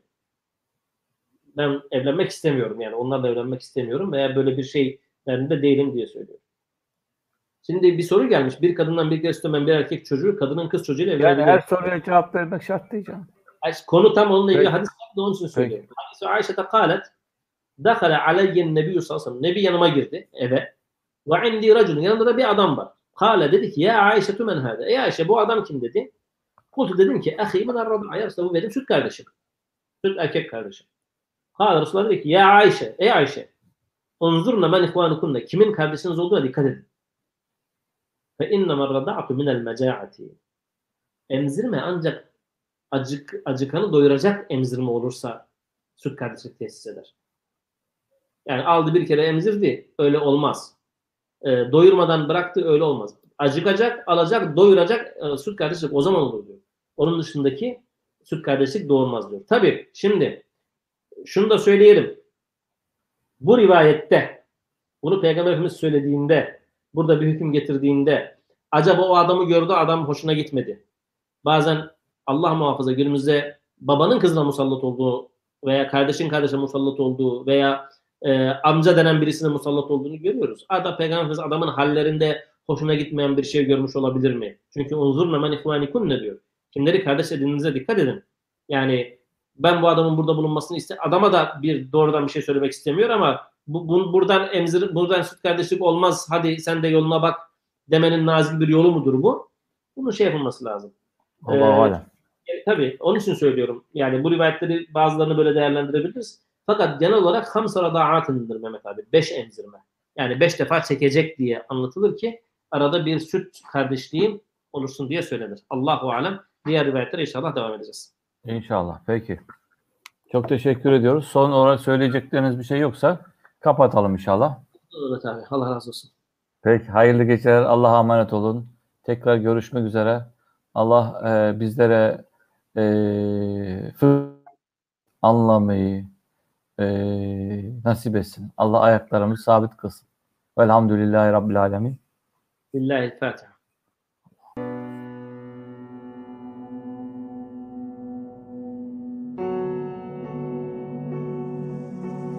Ben evlenmek istemiyorum, yani onlarla evlenmek istemiyorum veya böyle bir şey de değilim diye söylüyor. Şimdi bir soru gelmiş. Bir kadından bir kez istemeyen bir erkek çocuğu kadının kız çocuğuyla evlenebilir. Yani her soruya cevap vermek şart değil canım. Konu tam onunla ilgili hadis var da onun için söylüyorum. Hadis-i Ayşe'te kâlet dakale aleyyen nebiyyü sallallahu aleyhi ve sellem. Nebi yanıma girdi eve. Ve indi raculun. Yanında da bir adam var. Kale, dedi ki ya Ayşe men hâde. Ey Ayşe, bu adam kim dedi. Kultu, dedim ki ahi min ar-rad'a. Ya Resulallah, bu benim süt kardeşim. Süt erkek kardeşim. Kale, Resulullah dedi ki ya Ayşe, ey Ayşe, unzurna men ihvanukunna. Kimin kardeşiniz olduğuna dikkat edin. Fe innema ar-rada'atu min el-meca'ati. Emzirme ancak acıkanı doyuracak emzirme olursa süt kardeşlik tesis eder. Yani aldı bir kere emzirdi, öyle olmaz. Doyurmadan bıraktı, öyle olmaz. Acıkacak, alacak, doyuracak süt kardeşlik o zaman olur diyor. Onun dışındaki süt kardeşlik doğurmaz diyor. Tabii şimdi şunu da söyleyelim. Bu rivayette bunu Peygamber Efendimiz söylediğinde, burada bir hüküm getirdiğinde acaba o adamı gördü, adam hoşuna gitmedi. Bazen Allah muhafaza günümüzde babanın kızına musallat olduğu veya kardeşin kardeşine musallat olduğu veya amca denen birisine musallat olduğunu görüyoruz. Peygamber Efendimiz adamın hallerinde hoşuna gitmeyen bir şey görmüş olabilir mi? Çünkü unzurna men ihvanikunne diyor. Kimleri kardeş edindiğinize dikkat edin. Yani ben bu adamın burada bulunmasını adama da bir doğrudan bir şey söylemek istemiyor ama buradan süt kardeşlik olmaz. Hadi sen de yoluna bak demenin nazik bir yolu mudur bu? Bunun şey yapılması lazım. Allahu alem. Tabii onun için söylüyorum. Yani bu rivayetleri bazılarını böyle değerlendirebiliriz. Fakat genel olarak hamsa rada'atındır Mehmet abi. 5 emzirme. Yani 5 defa çekecek diye anlatılır ki arada bir süt kardeşliği olursun diye söylenir. Allahu alem. Diğer rivayetlere inşallah devam edeceğiz. İnşallah. Peki. Çok teşekkür ediyoruz. Son olarak söyleyecekleriniz bir şey yoksa kapatalım inşallah. Evet abi. Allah razı olsun. Peki. Hayırlı geceler. Allah'a emanet olun. Tekrar görüşmek üzere. Allah bizlere fıkıh anlamayı nasip etsin. Allah ayaklarımızı sabit kılsın. Velhamdülillahi Rabbil Alemin. Billahi Fatiha.